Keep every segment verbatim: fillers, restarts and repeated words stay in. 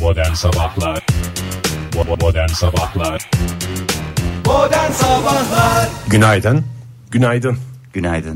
Modern Sabahlar Modern Sabahlar Modern Sabahlar. Günaydın. Günaydın. Günaydın.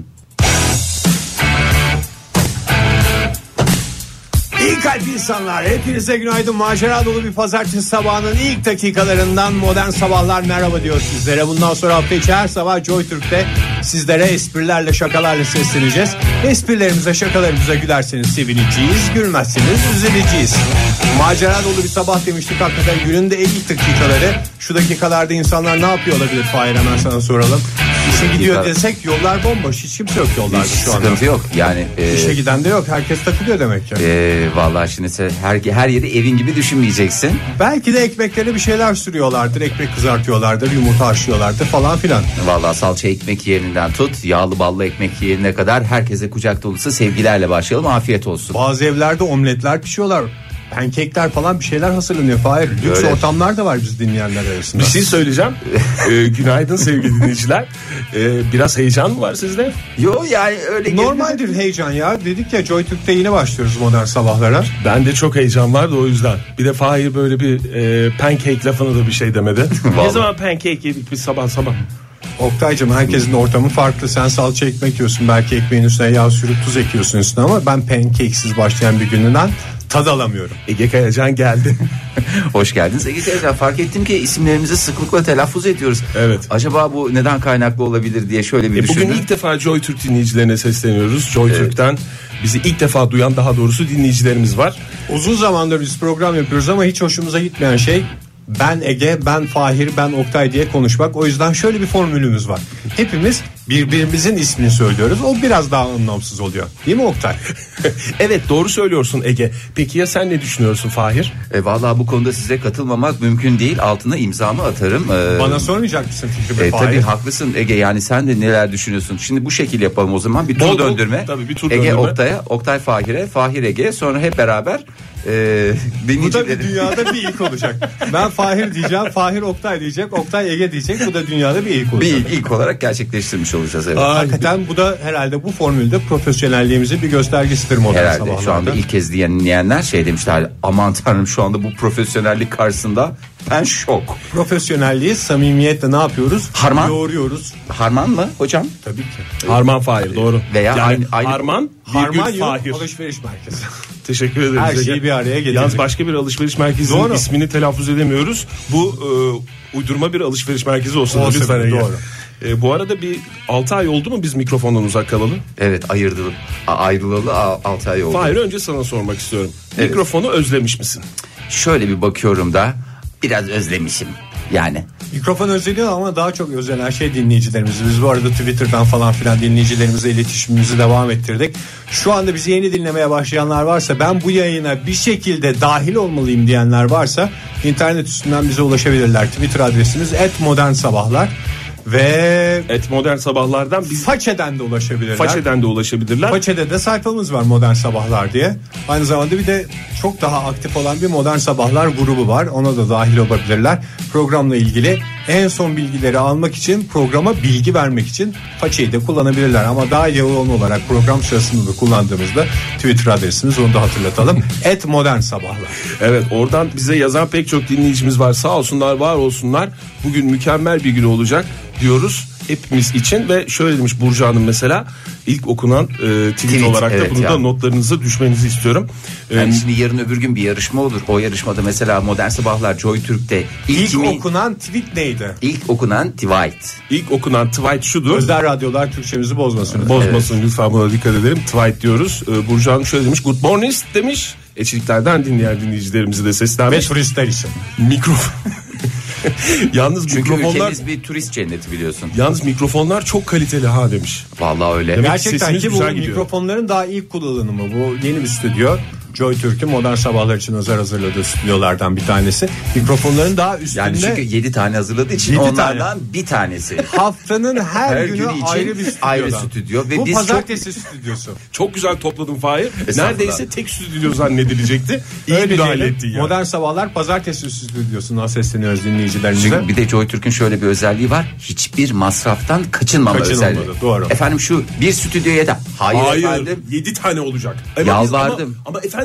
İyi kalp insanlar, hepinize günaydın. Macera dolu bir pazartesi sabahının ilk dakikalarından Modern Sabahlar merhaba diyor sizlere. Bundan sonra hafta içi her sabah Joy Türk'te sizlere esprilerle, şakalarla sesleneceğiz. Esprilerimize, şakalarımıza gülerseniz sevineceğiz, gülmezseniz üzüleceğiz. Macera dolu bir sabah demiştik, hakikaten günün de ilk dakikaları. Şu dakikalarda insanlar ne yapıyor olabilir Fahir, hemen sana soralım. İşe gidiyor desek yollar bomboş, hiç kimse yok yollarda Hiç şu anda. sıkıntı yok yani. E, İşe giden de yok, herkes takılıyor demek ki. E, vallahi şimdi sen her, her yeri evin gibi düşünmeyeceksin. Belki de ekmeklere bir şeyler sürüyorlardır, ekmek kızartıyorlardır, yumurta haşlıyorlardır falan filan. Vallahi salça ekmek yerinden tut, yağlı ballı ekmek yerine kadar herkese kucak dolusu sevgilerle başlayalım. Afiyet olsun. Bazı evlerde omletler pişiyorlar, pankekler falan bir şeyler hazırlanıyor. Fahir, lüks Öyle. ortamlar da var biz dinleyenler arasında. Bir şey söyleyeceğim. ee, günaydın sevgili dinleyiciler. Ee, biraz heyecan mı var sizde? Yo yani öyle. Normaldir heyecan ya. Dedik ya, Joy Türk'te yine başlıyoruz Modern Sabahlara. Bende çok heyecan vardı o yüzden. Bir de Fahir böyle bir e, pancake lafına da bir şey demedi. Ne zaman pancake yedik biz sabah sabah? Oktaycığım, herkesin ortamı farklı. Sen salça ekmek yiyorsun, belki ekmeğin üstüne yağ sürüp tuz ekiyorsun üstüne, ama ben pancake'siz başlayan bir gününden tad alamıyorum. Ege Kayacan geldi. Hoş geldiniz Ege Kayacan. Fark ettim ki isimlerimizi sıklıkla telaffuz ediyoruz. Evet. Acaba bu neden kaynaklı olabilir diye şöyle bir E, düşündüm. bugün ilk defa Joy Türk dinleyicilerine sesleniyoruz. Joy Evet. Türk'ten bizi ilk defa duyan, daha doğrusu dinleyicilerimiz var. Uzun zamandır biz program yapıyoruz ama hiç hoşumuza gitmeyen şey ben Ege, ben Fahir, ben Oktay diye konuşmak. O yüzden şöyle bir formülümüz var. Hepimiz birbirimizin ismini söylüyoruz. O biraz daha anlamsız oluyor. Değil mi Oktay? Evet, doğru söylüyorsun Ege. Peki ya sen ne düşünüyorsun Fahir? E, vallahi bu konuda size katılmamak mümkün değil. Altına imzamı atarım. E, Bana sormayacak mısın fikrimi E, Fahir? tabii haklısın Ege, yani sen de neler düşünüyorsun? Şimdi bu şekil yapalım o zaman, bir tur Bol bol, döndürme. tabii bir tur Ege döndürme. Oktay'a, Oktay Fahir'e, Fahir Ege'ye, sonra hep beraber e, Bu da bir dinleyicilerin... dünyada bir ilk olacak. Ben Fahir diyeceğim, Fahir Oktay diyecek, Oktay Ege diyecek. Bu da dünyada bir ilk olacak. bir ilk olarak gerçekleştirmiş olacağız. Evet. Aa, hakikaten bu da herhalde bu formülde profesyonelliğimizin bir göstergesidir Modern Herhalde Sabahlar'da. şu anda ilk kez dinleyenler şey demişler, aman tanrım şu anda bu profesyonellik karşısında ben şok. Profesyonelliği samimiyetle ne yapıyoruz? Harman. Yoğuruyoruz. Harman mı hocam? Tabii ki. Harman Fahir, doğru. Veya yani aynı- aynı- Harman, Harman virgül yok, Fahir. alışveriş merkezi. Teşekkür ederiz. Her Ege. şeyi bir araya getirdik. Yalnız başka bir alışveriş merkezinin Doğru. ismini telaffuz edemiyoruz. Bu e, uydurma bir alışveriş merkezi olsun. Olsun, lütfen Ege. doğru. E, bu arada bir altı ay oldu mu biz mikrofondan uzak kalalı? Evet, ayırdılı, a- ayrılalı altı ay oldu. Fahir, önce sana sormak istiyorum. Evet. Mikrofonu özlemiş misin? Şöyle bir bakıyorum da biraz özlemişim yani. Mikrofon özleniyor ama daha çok özlenen şey dinleyicilerimiz. Biz bu arada Twitter'dan falan filan dinleyicilerimizle iletişimimizi devam ettirdik. Şu anda bizi yeni dinlemeye başlayanlar varsa, ben bu yayına bir şekilde dahil olmalıyım diyenler varsa internet üstünden bize ulaşabilirler. Twitter adresimiz et modern sabahlar ve Et Modern Sabahlar'dan biz Façeden de ulaşabilirler. Façeden de ulaşabilirler. Façede de sayfamız var, Modern Sabahlar diye. Aynı zamanda bir de çok daha aktif olan bir Modern Sabahlar grubu var. Ona da dahil olabilirler. Programla ilgili en son bilgileri almak için, programa bilgi vermek için Façeyi de kullanabilirler. Ama daha yoğun olarak program sırasında da kullandığımızda Twitter adresimiz, onu da hatırlatalım. et modern sabahlar. Evet, oradan bize yazan pek çok dinleyicimiz var. Sağ olsunlar, var olsunlar. Bugün mükemmel bir gün olacak diyoruz hepimiz için. Ve şöyle demiş Burcu Hanım mesela, ilk okunan e, tweet, Tweet, olarak da evet bunu ya. da notlarınızı düşmenizi istiyorum. Yani E, şimdi yarın öbür gün bir yarışma olur. O yarışmada mesela Modern Sabahlar Joy Türk'te ilk, İlk kimi- okunan tweet neydi? ilk okunan tweet. ilk okunan tweet şudur. Özel radyolar Türkçemizi bozmasın. Bozmasın lütfen, buna dikkat edelim. Tweet diyoruz. E, Burcu Hanım şöyle demiş. Good morning demiş. Eçiliklerden dinleyen dinleyicilerimizi de Ve seslenmiş. turistler için. Mikrofon. Yalnız Çünkü mikrofonlar ülkemiz bir turist cenneti biliyorsun. Yalnız mikrofonlar çok kaliteli ha demiş. Vallahi öyle. Demek ki Gerçekten sesimiz ki bu güzel gidiyor. mikrofonların daha ilk kullanımı. Bu yeni bir stüdyo. Joy Türk'ün Modern Sabahlar için özel hazırladığı stüdyolardan bir tanesi. Mikrofonların daha üstünde. Yani çünkü yedi tane hazırladığı için Yedi onlardan bir tanesi. haftanın her, Her günü günü için ayrı bir stüdyodan. ayrı stüdyo ve bu biz pazartesi stüdyosu. Çok güzel topladın Fahir. Estağfurullah. Neredeyse tek stüdyo zannedilecekti. İyi Öyle müdahale diyelim. ettin ya. Modern Sabahlar pazartesi stüdyosuna sesleniyoruz dinleyicilerimize. Çünkü bir de Joy Türk'ün şöyle bir özelliği var. Hiçbir masraftan kaçınmama Kaçınılmadı, özelliği. doğru. Efendim şu bir stüdyoya da hayır, Hayır, efendim. yedi tane olacak. Ama Yalvardım. Biz, ama, ama efendim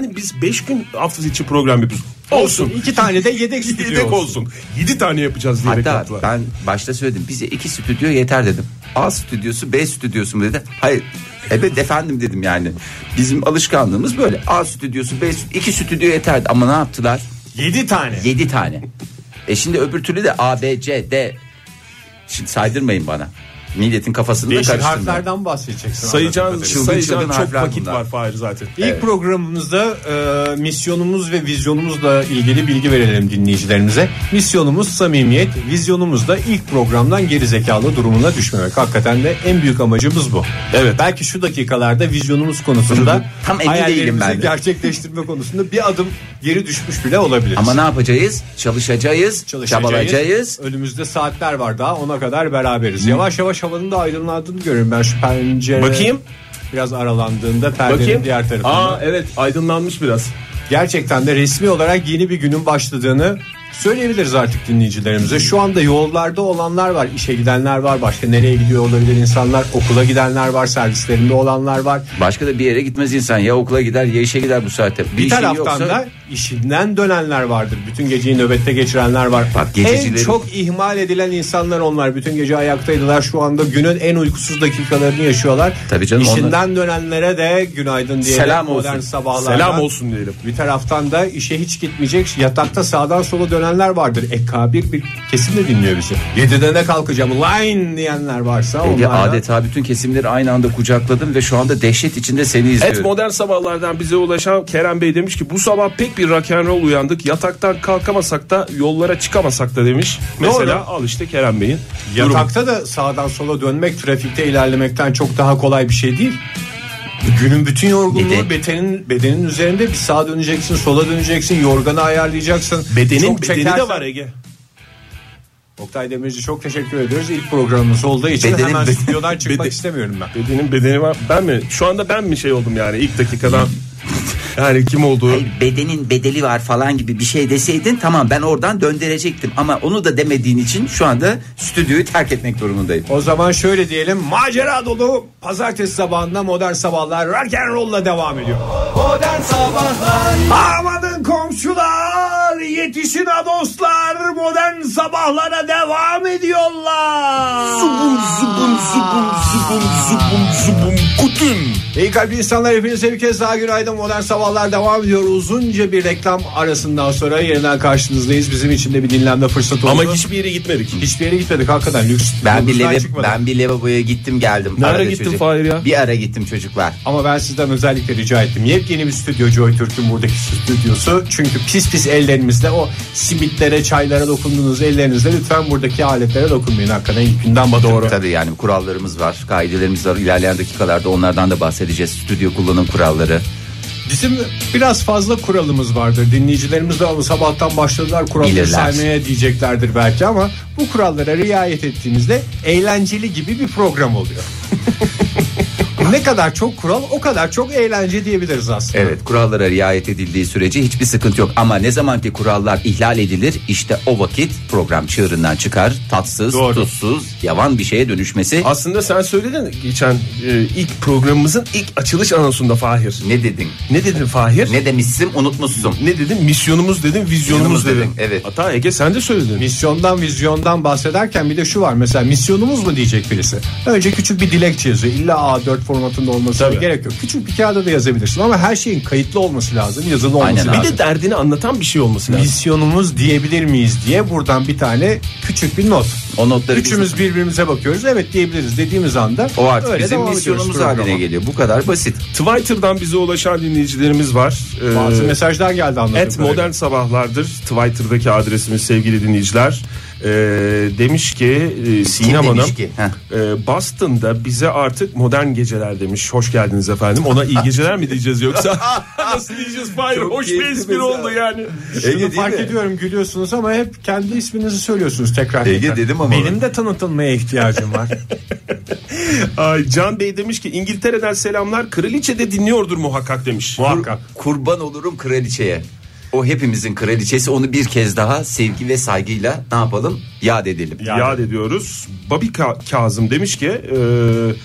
efendim biz beş gün hafta içi program yapıyoruz. Olsun. Olsun. İki tane de yedek stüdyo Yedek olsun. olsun. Yedi tane yapacağız diyerek Hatta attılar. ben başta söyledim, bize iki stüdyo yeter dedim. A stüdyosu B stüdyosu mu dedi. Hayır, evet efendim dedim yani. Bizim alışkanlığımız böyle. A stüdyosu B stüdyosu, iki stüdyo yeterdi ama ne yaptılar? Yedi tane. Yedi tane. E şimdi öbür türlü de A, B, C, D. Şimdi saydırmayın bana. Milletin kafasını da Değişik karıştırmayın. harflerden bahsedeceksin. Sayacağın, Çılgın sayacağın çılgın çok harfler vakit bunlar. var Fahir zaten. İlk Evet. programımızda e, misyonumuz ve vizyonumuzla ilgili bilgi verelim dinleyicilerimize. Misyonumuz samimiyet, vizyonumuz da ilk programdan gerizekalı durumuna düşmemek. Hakikaten de en büyük amacımız bu. Evet. Belki şu dakikalarda vizyonumuz konusunda Tam emin değilim hayallerimizi ben de. gerçekleştirme konusunda bir adım geri düşmüş bile olabiliriz. Ama ne yapacağız? Çalışacağız, çabalayacağız. Önümüzde saatler var daha, ona kadar beraberiz. Yavaş yavaş havanın da aydınlandığını görüyorum ben şu pencere. Bakayım. Biraz aralandığında perdenin Bakayım. diğer tarafında. Aa evet, aydınlanmış biraz. Gerçekten de resmi olarak yeni bir günün başladığını söyleyebiliriz artık dinleyicilerimize. Şu anda yollarda olanlar var, işe gidenler var, başka nereye gidiyor olabilir insanlar, okula gidenler var, servislerinde olanlar var. Başka da bir yere gitmez insan, ya okula gider ya işe gider bu saatte. Bir işin taraftan yoksa- da işinden dönenler vardır. Bütün geceyi nöbette geçirenler var. Bak, en gececilerin- çok ihmal edilen insanlar onlar. Bütün gece ayaktaydılar. Şu anda günün en uykusuz dakikalarını yaşıyorlar. Tabii canım, İşinden dönenlere de günaydın diyelim. Selam olsun. Modern sabahlardan. Selam olsun diyelim. Bir taraftan da işe hiç gitmeyecek, yatakta sağdan sola dönenler vardır. Ekabir bir kesim de dinliyor bizi. yedide ne kalkacağım line diyenler varsa Ege, onlar da- adeta bütün kesimleri aynı anda kucakladım ve şu anda dehşet içinde seni izliyorum. Et modern sabahlardan bize ulaşan Kerem Bey demiş ki bu sabah pek bir rock'n'roll uyandık. Yataktan kalkamasak da yollara çıkamasak da demiş. Mesela Doğru. al işte Kerem Bey'in durumu. Yatakta da sağdan sola dönmek trafikte ilerlemekten çok daha kolay bir şey değil. Günün bütün yorgunluğu Bir de- bedenin bedenin üzerinde, bir sağa döneceksin, sola döneceksin, yorganı ayarlayacaksın. Bedenin Çok bedeni çekersen- de var Ege. Oktay Demirci çok teşekkür ediyoruz. İlk programımız olduğu için Bedenin hemen be- stüdyodan çıkmak bede- istemiyorum ben. Bedenin bedeni var. Ben mi? Şu anda ben mi şey oldum yani ilk dakikadan? Yani kim olduğu. Hayır, bedenin bedeli var falan gibi bir şey deseydin tamam, ben oradan döndürecektim ama onu da demediğin için şu anda stüdyoyu terk etmek durumundayım. O zaman şöyle diyelim, macera dolu pazartesi sabahında modern sabahlar rock and roll'la devam ediyor. Modern Sabahlar Amanın komşular, yetişin ha dostlar, modern sabahlara devam ediyorlar. Zubum zubum zubum zubum zubum zubum kutun. İyi kalpli insanlar, hepinize bir kez daha günaydın. Modern sabahlar devam ediyor. Uzunca bir reklam arasından sonra yeniden karşınızdayız. Bizim için de bir dinlenme fırsatı oldu. Ama hiçbir yere gitmedik. hiçbir yere gitmedik hakikaten, lüks. Ben bir, yolumuzdan leve, çıkmadık. ben bir lavaboya gittim geldim. Nerede Arada gittin çocuk- Fahir ya? Bir ara gittim çocuklar. Ama ben sizden özellikle rica ettim. Yepyeni bir stüdyo Joy Türk'ün buradaki stüdyosu. Çünkü pis pis ellerinizle o simitlere, çaylara dokunduğunuz ellerinizle lütfen buradaki aletlere dokunmayın. Hakikaten ilk günden batırıyor. Tabii yani kurallarımız var, kaidelerimiz var. İlerleyen dakikalarda onlardan da bahsedeceğiz. Stüdyo kullanım kuralları. Bizim biraz fazla kuralımız vardır. Dinleyicilerimiz de ama sabahtan başladılar kuralları Bilirler. saymaya diyeceklerdir belki, ama bu kurallara riayet ettiğimizde eğlenceli gibi bir program oluyor. Ne kadar çok kural o kadar çok eğlence diyebiliriz aslında. Evet, kurallara riayet edildiği sürece hiçbir sıkıntı yok. Ama ne zamanki kurallar ihlal edilir, işte o vakit program çığırından çıkar. Tatsız, Doğru. tuzsuz, yavan bir şeye dönüşmesi. Aslında sen söyledin geçen e, ilk programımızın ilk açılış anonsunda Fahir. Ne dedin? Ne dedin Fahir? Ne demişsin, unutmuşsun. Ne dedin? Misyonumuz dedin, vizyonumuz Vizyonumuz dedin. dedim, evet. Hatta Ege sen de söyledin. Misyondan, vizyondan bahsederken bir de şu var. Mesela misyonumuz mu diyecek birisi. Önce küçük bir dilekçe yazıyor. İlla A dört formatında olmasına Tabii. gerek yok. Küçük bir kağıda da yazabilirsin ama her şeyin kayıtlı olması lazım, yazılı olması Aynen, lazım. Bir de derdini anlatan bir şey olması lazım. Misyonumuz diyebilir miyiz diye buradan bir tane küçük bir not. O notları Üçümüz birbirimize bakıyoruz. Evet diyebiliriz dediğimiz anda o artık öyle bizim devam misyonumuz ediyoruz haline programa. geliyor. Bu kadar basit. Twitter'dan bize ulaşan dinleyicilerimiz var. Ee, Bazı mesajlar geldi anladığım Et kadarıyla. modern sabahlardır Twitter'daki adresimiz sevgili dinleyiciler. Ee, demiş ki e, Sinem demiş Hanım ki? Heh. e, Boston'da bize artık modern geceler demiş. Hoş geldiniz efendim. Ona iyi geceler mi diyeceğiz yoksa nasıl diyeceğiz? Hayır, Çok hoş bir keyifli espri mesela. oldu yani. Şunu Ege fark değil mi? ediyorum, gülüyorsunuz ama hep kendi isminizi söylüyorsunuz tekrar Ege tekrar. dedim ama- Benim de tanıtılmaya ihtiyacım var. Ay, Can Bey demiş ki İngiltere'den selamlar. Kraliçe de dinliyordur muhakkak demiş. Muhakkak. Kurban olurum kraliçeye. O hepimizin kraliçesi, onu bir kez daha sevgi ve saygıyla ne yapalım? Yad edelim. Ya- Yad ediyoruz. Babi Ka- Kazım demiş ki e,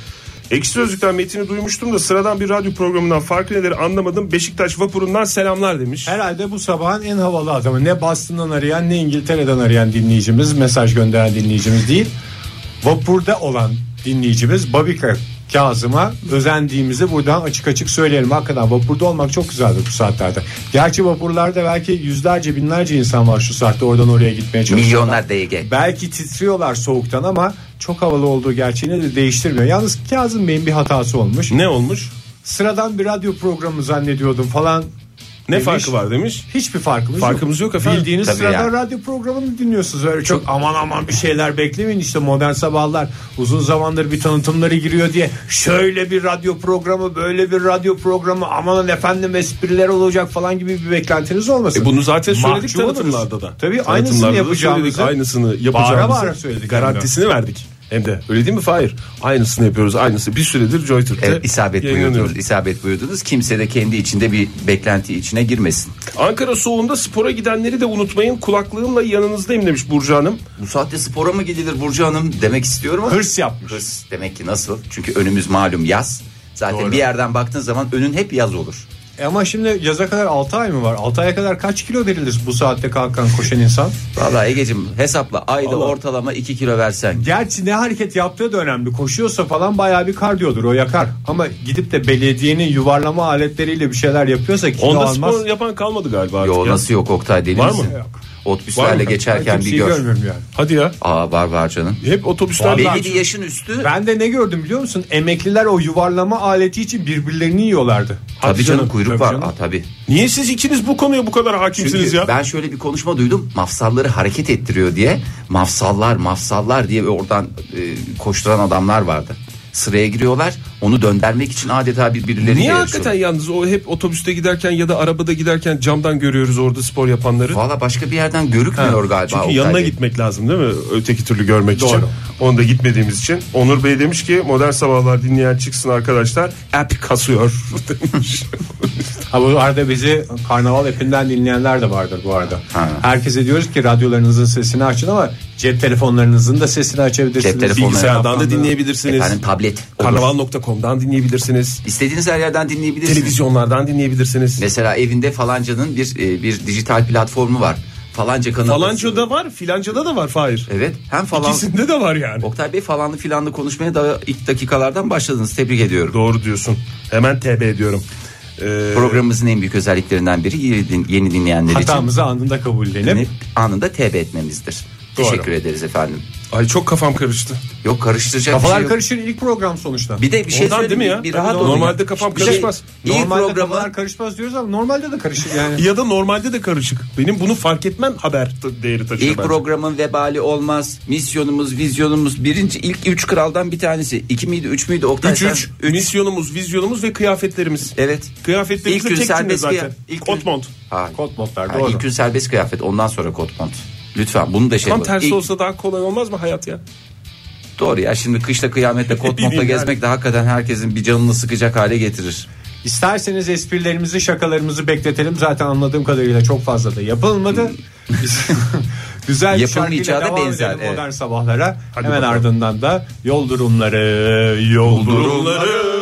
Ekşi Sözlük'ten metini duymuştum da sıradan bir radyo programından farkı nedir anlamadım. Beşiktaş vapurundan selamlar demiş. Herhalde bu sabahın en havalı adamı. Ne Boston'dan arayan ne İngiltere'den arayan dinleyicimiz, mesaj gönderen dinleyicimiz değil. Vapurda olan dinleyicimiz Babika Kazım'a özendiğimizi buradan açık açık söyleyelim. Hakikaten vapurda olmak çok güzeldir bu saatlerde. Gerçi vapurlarda belki yüzlerce binlerce insan var şu saatte oradan oraya gitmeye çalışıyorlar. Milyonlar D G. Belki titriyorlar soğuktan ama çok havalı olduğu gerçeğini de değiştirmiyor. Yalnız Kazım Bey'in bir hatası olmuş. Ne olmuş? Sıradan bir radyo programı zannediyordum falan. Ne demiş. farkı var demiş. Hiçbir farkımız, Farkımız yok efendim. Bildiğiniz Tabii sıradan ya. radyo programını dinliyorsunuz. Öyle çok, çok aman aman bir şeyler beklemeyin. İşte Modern Sabahlar uzun zamandır bir tanıtımları giriyor diye şöyle bir radyo programı, böyle bir radyo programı, aman efendim espriler olacak falan gibi bir beklentiniz olmasın. E bunu zaten söyledik Mahcup oluruz. tanıtımlarda da. Tabii Tanıtımlarda aynısını da yapacağımızı. söyledik, aynısını Bağıra yapacağımızı. bağıra söyledik. Garantisini verdik. Hem de öyle değil mi Fahir? Aynısını yapıyoruz, aynısı. Bir süredir Joy Türk'te Evet, isabet yayınlanıyor. buyurdunuz, isabet buyurdunuz. Kimse de kendi içinde bir beklenti içine girmesin. Ankara soğuğunda spora gidenleri de unutmayın. Kulaklığımla yanınızdayım demiş Burcu Hanım. Bu saatte spora mı gidilir Burcu Hanım demek istiyorum ama. Hırs yapmış. Hırs demek ki nasıl? Çünkü önümüz malum yaz. Zaten Doğru. bir yerden baktığın zaman önün hep yaz olur. E ama şimdi yaza kadar altı ay mı var? altı aya kadar kaç kilo verilir bu saatte kalkan koşan insan? Vallahi Egeciğim hesapla ayda Allah. ortalama iki kilo versen. Gerçi ne hareket yaptığı da önemli. Koşuyorsa falan bayağı bir kardiyodur, o yakar. Ama gidip de belediyenin yuvarlama aletleriyle bir şeyler yapıyorsa kilo Onda almaz. spor yapan kalmadı galiba artık Yo ya. nasıl yok Oktay deli Var misin? mı? Yok. Var Otobüslerle mı? geçerken Ben bir kimseyi gör. görmüyorum yani. Hadi ya. Aa var var canım. Hep otobüsler. Vallahi- Belli yaşın üstü. Ben de ne gördüm biliyor musun? Emekliler o yuvarlama aleti için birbirlerini yiyorlardı. Tabii canım, canım, kuyruk tabii var. canım. Aa, tabii. Niye siz ikiniz bu konuya bu kadar hakimsiniz Çünkü ya? ben şöyle bir konuşma duydum. Mafsalları hareket ettiriyor diye. Mafsallar mafsallar diye oradan e, koşturan adamlar vardı. Sıraya giriyorlar. Onu döndürmek için adeta birbirleriyle Niye yarışıyor. hakikaten yalnız o hep otobüste giderken ya da arabada giderken camdan görüyoruz orada spor yapanları? Valla başka bir yerden görükmüyor galiba. Çünkü Oktay yanına Bey. gitmek lazım değil mi? Öteki türlü görmek Doğru. için. Onu da gitmediğimiz için. Onur Bey demiş ki Modern Sabahlar dinleyen çıksın arkadaşlar. App kasıyor demiş. Ha, bu arada bizi Karnaval app'inden dinleyenler de vardır bu arada. Ha. Herkese diyoruz ki radyolarınızın sesini açın ama cep telefonlarınızın da sesini açabilirsiniz. Cep telefonları- Bilgisayardan da dinleyebilirsiniz. Efendim tablet. olur. Karnaval nokta com'dan dinleyebilirsiniz. İstediğiniz her yerden dinleyebilirsiniz. Televizyonlardan dinleyebilirsiniz. Mesela evinde falancanın bir e, bir dijital platformu var. Falanca kanalı. Falanca'da var, filanca'da da var Fahir. Evet. Hem falan. İkisinde de var yani. Oktay Bey falanlı filanlı konuşmaya da ilk dakikalardan başladınız. Tebrik ediyorum. Doğru diyorsun. Hemen T B ediyorum. Ee, Programımızın en büyük özelliklerinden biri yeni, din- yeni dinleyenler Hatamızı anında kabullenip için anında tevbe etmemizdir. Doğru. Teşekkür ederiz efendim. Ay çok kafam karıştı. Yok karıştıracak bir kafalar şey yok. karışır ilk program sonuçta. Bir de bir şey Ondan söyleyeyim değil mi mi? ya? Bir Tabii rahat doğru. olun Normalde ya. kafam Bir şey- karışmaz. İlk Normalde programı kafalar karışmaz diyoruz ama normalde de karışır yani. Ya da normalde de karışık. Benim bunu fark etmem haber t- değeri taşıyor. İlk bence. programın vebali olmaz. Misyonumuz, vizyonumuz birinci ilk üç kraldan bir tanesi. İki miydi, üç müydü Oktay? Üç sen? üç. Misyonumuz, vizyonumuz ve kıyafetlerimiz. Evet. Kıyafetlerimiz de İlk gün tek cümle serbest zaten. kıyafet. İlk Kot gün- mont. Ha, Kot montlar ha, doğru. ilk gün serbest kıyafet ondan sonra kot mont. Lütfen bunu da şey Tam yapın. tersi İlk- olsa daha kolay olmaz mı hayat ya? Doğru ya şimdi kışta kıyamette kot montla Yani. gezmek de hakikaten herkesin bir canını sıkacak hale getirir. İsterseniz esprilerimizi, şakalarımızı bekletelim. Zaten anladığım kadarıyla çok fazla da yapılmadı. Biz- Güzel bir Yapılmayacağı şarkıyla da devam benzer, edelim evet. modern sabahlara. Hadi Hemen bakalım. ardından da yol durumları, yol durumları.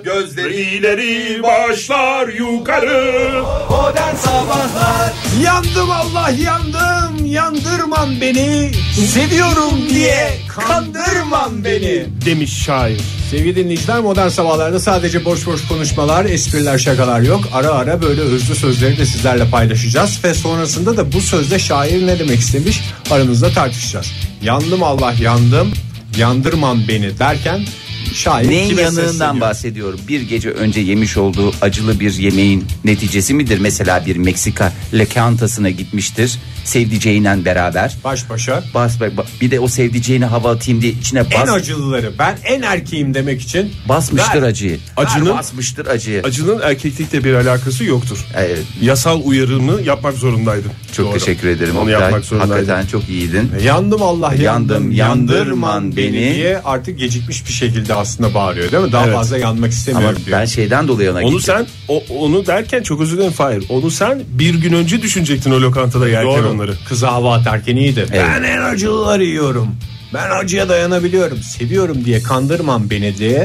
gözleri başlar yukarı. Modern Sabahlar Yandım Allah yandım, yandırman beni. Seviyorum diye kandırman beni. Demiş şair. Sevgili dinleyiciler, modern sabahlarda sadece boş boş konuşmalar, espriler, şakalar yok. Ara ara böyle özlü sözleri de sizlerle paylaşacağız. Ve sonrasında da bu sözde şair ne demek istemiş aramızda tartışacağız. Yandım Allah yandım, yandırman beni derken şair Neyin kime yanığından sesleniyor? bahsediyorum? Bir gece önce yemiş olduğu acılı bir yemeğin neticesi midir? Mesela bir Meksika lokantasına gitmiştir sevdiceğiyle beraber. Baş başa. Bas, bas- bir de o sevdiceğine hava atayım diye içine En bas, acılıları, ben en erkeğim demek için basmıştır ver. acıyı. Acının- Ver basmıştır acıyı. Acının erkeklikle bir alakası yoktur. Evet, Yasal uyarımı yapmak zorundaydın. çok Doğru. teşekkür ederim. Onu Oktay. yapmak zorundaydın. Hakikaten çok iyiydin. Yandım Allah yandım, Yandım, yandırman yandırman beni beni diye artık gecikmiş bir şekilde aslında bağırıyor değil mi? Daha Evet. fazla yanmak Ama istemiyorum diyor. ben şeyden dolayı ona Onu gittim. sen o, onu derken çok özür dilerim Fahir. Onu sen bir gün önce düşünecektin o lokantada yerken Doğru. onları. Kıza hava atarken iyiydi. Evet. Ben en acılıları yiyorum. Ben acıya dayanabiliyorum. Seviyorum diye kandırmam beni diye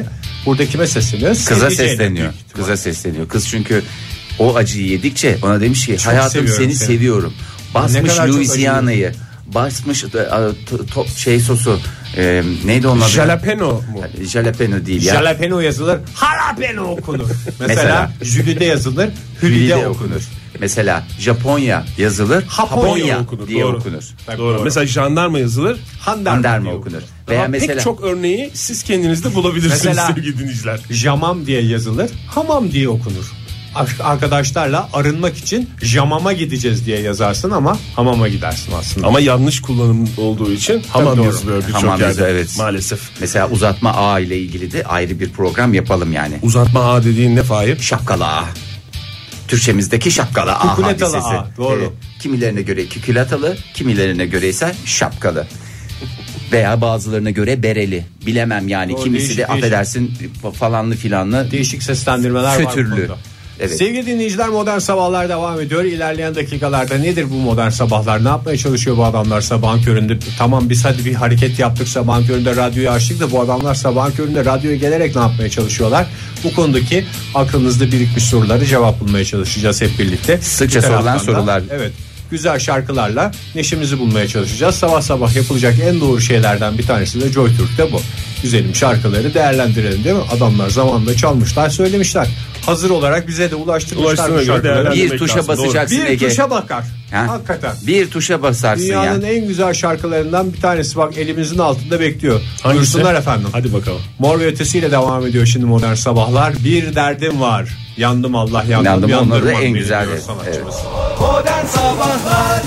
Burada kime sesleniyoruz? Kıza Sevdiceğine sesleniyor. büyük ihtimal. Kıza sesleniyor. Kız çünkü o acıyı yedikçe ona demiş ki hayatım seviyorum seni seni. seviyorum. Ne Basmış kadar çok Louisiana'yı. Basmış e, to- to- şey sosu. E, neydi onun adı? Jalapeno mu? Jalapeno değil ya. Jalapeno yazılır, jalapeno okunur. Mesela, Mesela. Jülide yazılır, hülide Hülide okunur. okunur. Mesela Japonya yazılır, Japonya Japonya okunur, diye doğru. okunur. Tabii Doğru. doğru. Mesela jandarma yazılır. Handarma Anderma diye okunur. okunur. Veya Ama mesela pek çok örneği siz kendinizde bulabilirsiniz Mesela- sevgili dinleyiciler. Jamam diye yazılır, hamam diye okunur. Arkadaşlarla arınmak için jamama gideceğiz diye yazarsın ama hamama gidersin aslında. Ama yanlış kullanım olduğu için hamam doğru. yazılıyor birçok Hamam yerde. yazıyor, evet. Maalesef. mesela uzatma A ile ilgili de ayrı bir program yapalım yani. Uzatma A dediğin ne Fahir? Şapkalı A. Türkçemizdeki şapkalı A Kukuletalı hadisesi. A, doğru. Evet. Kimilerine göre kükulatalı, kimilerine göre ise şapkalı. Veya bazılarına göre bereli. Bilemem yani. Doğru, Kimisi değişik, de affedersin falanlı filanlı. Değişik seslendirmeler var bu Fötürlü. konuda. Evet. Sevgili dinleyiciler, Modern Sabahlar devam ediyor. İlerleyen dakikalarda nedir bu Modern Sabahlar? Ne yapmaya çalışıyor bu adamlar sabahın köründe? Tamam, biz hadi bir hareket yaptık, sabahın köründe radyoyu açtık da bu adamlar sabahın köründe radyoya gelerek ne yapmaya çalışıyorlar? Bu konudaki aklınızda birikmiş soruları cevap bulmaya çalışacağız hep birlikte. Sıkça Bir taraftan sorulan da, sorular. Evet. Güzel şarkılarla neşemizi bulmaya çalışacağız. Sabah sabah yapılacak en doğru şeylerden bir tanesi de Joy Türk'te bu. Güzelim şarkıları değerlendirelim, değil mi? Adamlar zamanında çalmışlar, söylemişler. Hazır olarak bize de ulaştırmışlar Ulaştırma bu göre şarkıları. değerlendirmek Bir tuşa lazım, doğru. basacaksın Bir Ege. tuşa bakar. Ha? Hakikaten. Bir tuşa basarsın Dünyanın ya. en güzel şarkılarından bir tanesi, bak elimizin altında bekliyor. Hangisi? Buyursunlar efendim. Hadi bakalım. Mor ve Ötesi'yle devam ediyor şimdi Modern Sabahlar. Bir derdim var. Yandım Allah yandım. Yandım, onları da yandırmam en beni güzel, diyor evet. sanatçımız. Modern Sabahlar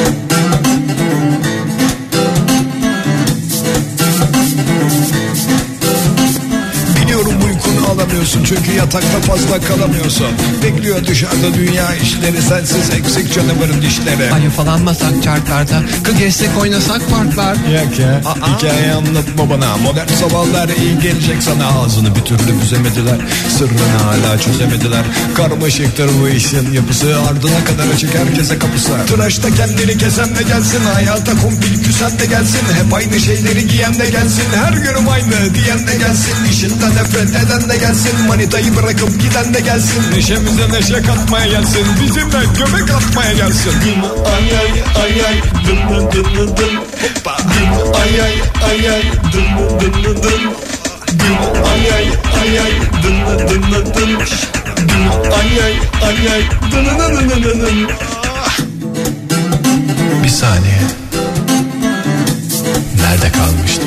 Biliyorum uykunu alamıyorsun çünkü yatakta fazla kalamıyorsun. Bekliyor dışarıda dünya işleri, sensiz eksik canavarın dişleri. Hani falan masak çarklarda, kı geçsek oynasak parklar. Yak ya, hikaye anlatma bana. Modern sabahlar iyi gelecek sana. Ağzını bir türlü büzemediler, sırrını hala çözemediler. Karmaşıktır bu işin yapısı, ardına kadar açık herkese kapısı. Tıraşta kendini kesen de gelsin, hayata kumpil küsen de gelsin. Hep aynı şeyleri giyen de gelsin, her günüm aynı diyen de gelsin. İşinden nefret eden de gelsin, manitayı bırakıp giden de gelsin. Neşemize neşe katmaya gelsin, bizimle göbek atmaya gelsin. Ay ay ay ay dın dın dın dın. Hoppa. Ay ay ay ay dın dın dın dın. Ay ay ay ay dın dın dın dın. Ay ay ay ay dın dın dın dın dın. Bir saniye. Nerede kalmıştık?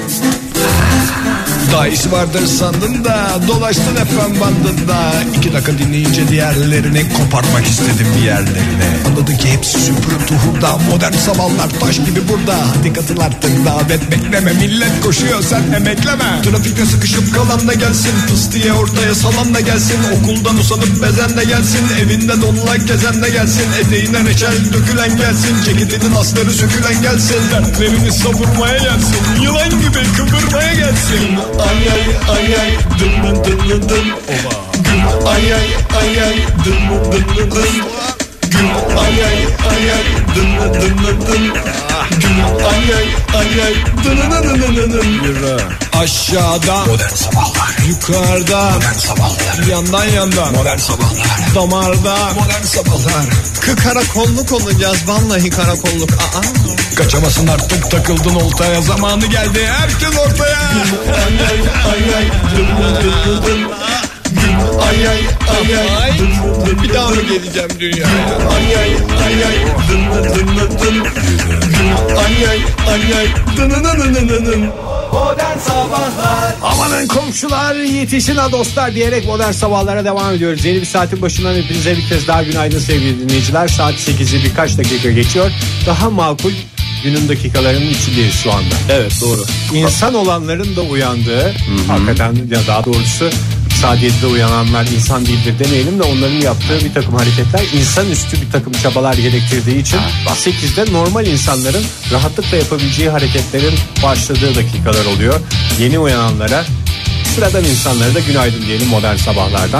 Daha iyisi vardır sandın da dolaştın efendim bandında. İki dakika dinleyince diğerlerini koparmak istedim bir yerlerini. Anladın ki hepsi süpürüntü hurda. Modern sabahlar taş gibi burada. Hadi katıl artık, davet bekleme. Millet koşuyor, sen emekleme. Trafikte sıkışıp kalan da gelsin, pıs diye ortaya salan da gelsin. Okuldan usanıp bezen de gelsin, evinde donlak gezen de gelsin. Eteğine reçel dökülen gelsin, ceketinin asları sökülen gelsin. Dertlerini savurmaya gelsin, yılan gibi kıvırmaya gelsin. Ay ay ay ay dın dın dın dın. Ay ay ay ay dın dın dın dın. Ay ay ay ay dın dın dın dın. Ay ay ay ay dın dın dın dın dın. Aşağıdan modern sabahlar, yukarıdan modern sabahlar, yandan yandan modern sabahlar, damardan modern sabahlar. Kı karakolluk olacağız, vallahi karakolluk. Aa. Kaçamasın artık, takıldın oltaya, zamanı geldi, herkes ortaya. Ay ay ay ay dın dın dın dın. Ay ay ay ay dın dın dın. Bir daha mı geleceğim dünyaya? Ay ay ay ay dın dın dın dın. Ay ay ay ay dın dın dın dın dın. Modern Sabahlar Amanın komşular, yetişin ha dostlar diyerek Modern Sabahlara devam ediyoruz. Yeni bir saatin başından hepinize bir kez daha günaydın sevgili dinleyiciler. Saat sekizi birkaç dakika geçiyor. Daha makul günün dakikalarının içindeyiz şu anda. Evet, doğru. İnsan olanların da uyandığı, hakikaten ya daha doğrusu saat yedide uyananlar insan değildir demeyelim de onların yaptığı bir takım hareketler insanüstü bir takım çabalar gerektirdiği için sekizde normal insanların rahatlıkla yapabileceği hareketlerin başladığı dakikalar oluyor. Yeni uyananlara, sıradan insanlara da günaydın diyelim Modern Sabahlardan.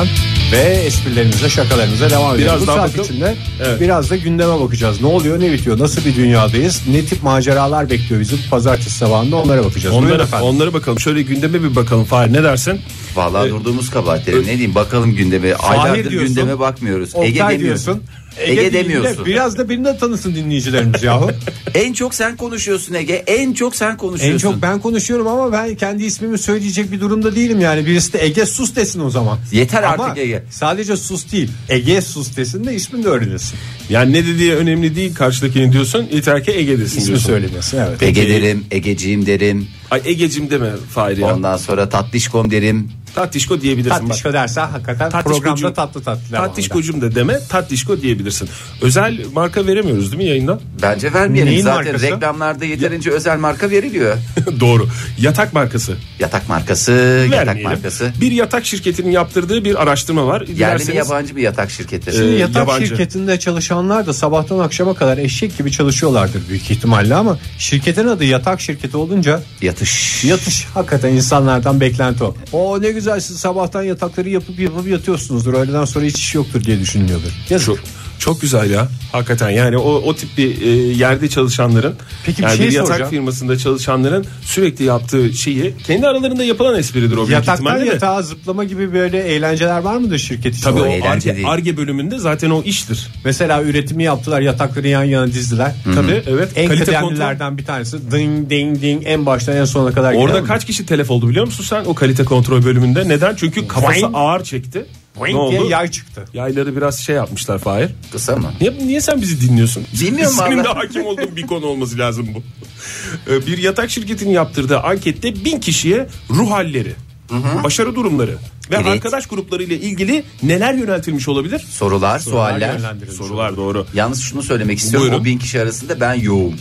Ve esprilerimize, şakalarımıza devam ediyoruz. Biraz Bu daha saat bakalım. içinde Evet. biraz da gündeme bakacağız. Ne oluyor, ne bitiyor, nasıl bir dünyadayız, ne tip maceralar bekliyor bizi bu pazartesi sabahında, onlara bakacağız. Buyurun Onlara, efendim. onlara bakalım. Şöyle gündeme bir bakalım Fahir, ne dersin? Vallahi durduğumuz kabahatleri ne diyeyim, bakalım gündeme. Aylardır diyorsun, gündeme bakmıyoruz. Oktay Ege demiyorsun. diyorsun. Ege, değil de demiyorsun. Biraz da beni de tanısın dinleyicilerimiz yahu. En çok sen konuşuyorsun Ege. En çok sen konuşuyorsun. En çok ben konuşuyorum ama ben kendi ismimi söyleyecek bir durumda değilim yani. Birisi de Ege sus desin o zaman. Yeter Ama artık Ege. sadece sus değil, Ege sus desin de ismin de öğrenilsin. Yani ne dediği önemli değil karşıdakinin diyorsun. Yeter ki Ege desin İsmi diyorsun. söylemesin, evet. Ege derim, Egeciğim derim. Ay Egecim deme Fahir ya. Ondan sonra tatlışkom derim. Tatlışko diyebilirsin. Tatlışko dersen hakikaten Tatlışkocuğum. programda tatlı tatlı. Tatlışkocum da deme, tatlışko diyebilirsin. Özel marka veremiyoruz değil mi yayından? Bence vermeyelim. Neyin Zaten markası? reklamlarda yeterince özel marka veriliyor. Doğru. Yatak markası. Yatak markası, yatak Vermeyelim. markası. Bir yatak şirketinin yaptırdığı bir araştırma var. Yerli mi Dilerseniz- yabancı bir yatak şirketi? Şimdi Ee, yatak yabancı. şirketinde çalışanlar da sabahtan akşama kadar eşek gibi çalışıyorlardır büyük ihtimalle ama şirketin adı yatak şirketi olunca Yatış. yatış hakikaten insanlardan beklenti o. O ne güzel, siz sabahtan yatakları yapıp yapıp yatıyorsunuzdur, öğleden sonra hiç iş yoktur diye düşünüyordur. Yazık. Çok, çok güzel ya. Hakikaten yani o, o tip bir e, yerde çalışanların, Peki bir yani şey bir yatak soracağım. firmasında çalışanların sürekli yaptığı şeyi kendi aralarında yapılan espridir o büyük Yataktan ihtimalle de. yatağa zıplama gibi böyle eğlenceler var mıdır şirket içinde? Tabii O o eğlence Ar-Ge, değil. Ar-Ge bölümünde zaten o iştir. Mesela üretimi yaptılar, yatakları yan yana dizdiler. Tabii evet. En Kalite kıdemlilerden bir tanesi ding ding ding en baştan en sona kadar. Orada gider kaç mi? kişi telef oldu biliyor musun sen o kalite kontrol bölümünde? Neden? Çünkü kafası Boing. ağır çekti. Boing Ne diye oldu? yay çıktı. Yayları biraz şey yapmışlar Fahir. Kısa mı? Niye, niye sen bizi dinliyorsun? Dinliyorum Senin de vallahi. hakim olduğun bir konu olması lazım bu. Ee, Bir yatak şirketinin yaptırdığı ankette bin kişiye ruh halleri, başarı durumları ve Evet. arkadaş grupları ile ilgili neler yöneltilmiş olabilir? Sorular, sualler. Yönlendirilmiş. Sorular doğru. Yalnız şunu söylemek istiyorum. Buyurun. O bin kişi arasında ben yoğum.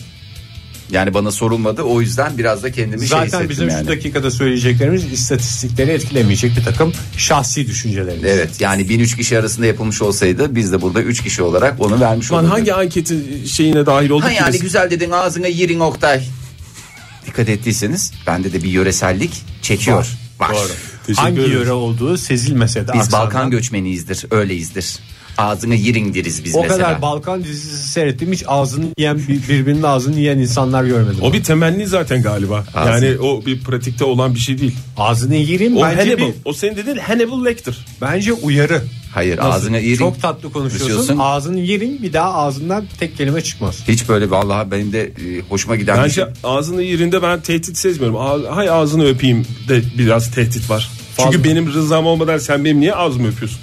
Yani bana sorulmadı. O yüzden biraz da kendimi şey Zaten hissettim bizim yani. şu dakikada söyleyeceklerimiz istatistikleri etkilemeyecek bir takım şahsi düşüncelerimiz. Evet, yani bin üç kişi arasında yapılmış olsaydı biz de burada üç kişi olarak onu vermiş Lan olurduk. hangi anketin şeyine dahil olduk Ha ki yani biz? güzel dedin, ağzına yirin Oktay. Dikkat ettiyseniz bende de bir yöresellik çekiyor. Var. Doğru. Teşekkür Hangi ederiz. yöre olduğu sezilmese de Biz aksandan. Balkan göçmeniyizdir, öyleyizdir. Ağzına yirin deriz biz O mesela. kadar Balkan dizisi seyrettim, hiç ağzını yiyen bir- birbirinin ağzını yiyen insanlar görmedim. O bir temenni zaten galiba. Ağzı. Yani o bir pratikte olan bir şey değil. Ağzını yiyeyim O bence Hannibal. bir, O senin dediğin Hannibal Lecter. bence uyarı. Hayır, Nasıl? ağzına yirin. Çok tatlı konuşuyorsun. konuşuyorsun. Ağzını yerin, bir daha ağzından tek kelime çıkmaz. Hiç böyle vallahi benim de e, hoşuma giden bir Bence şey. ağzını yerinde ben tehdit sezmiyorum. Ağ- Hay ağzını öpeyim de biraz tehdit var. Çünkü Fazla. benim rızam olmadan sen benim niye ağzımı öpüyorsun?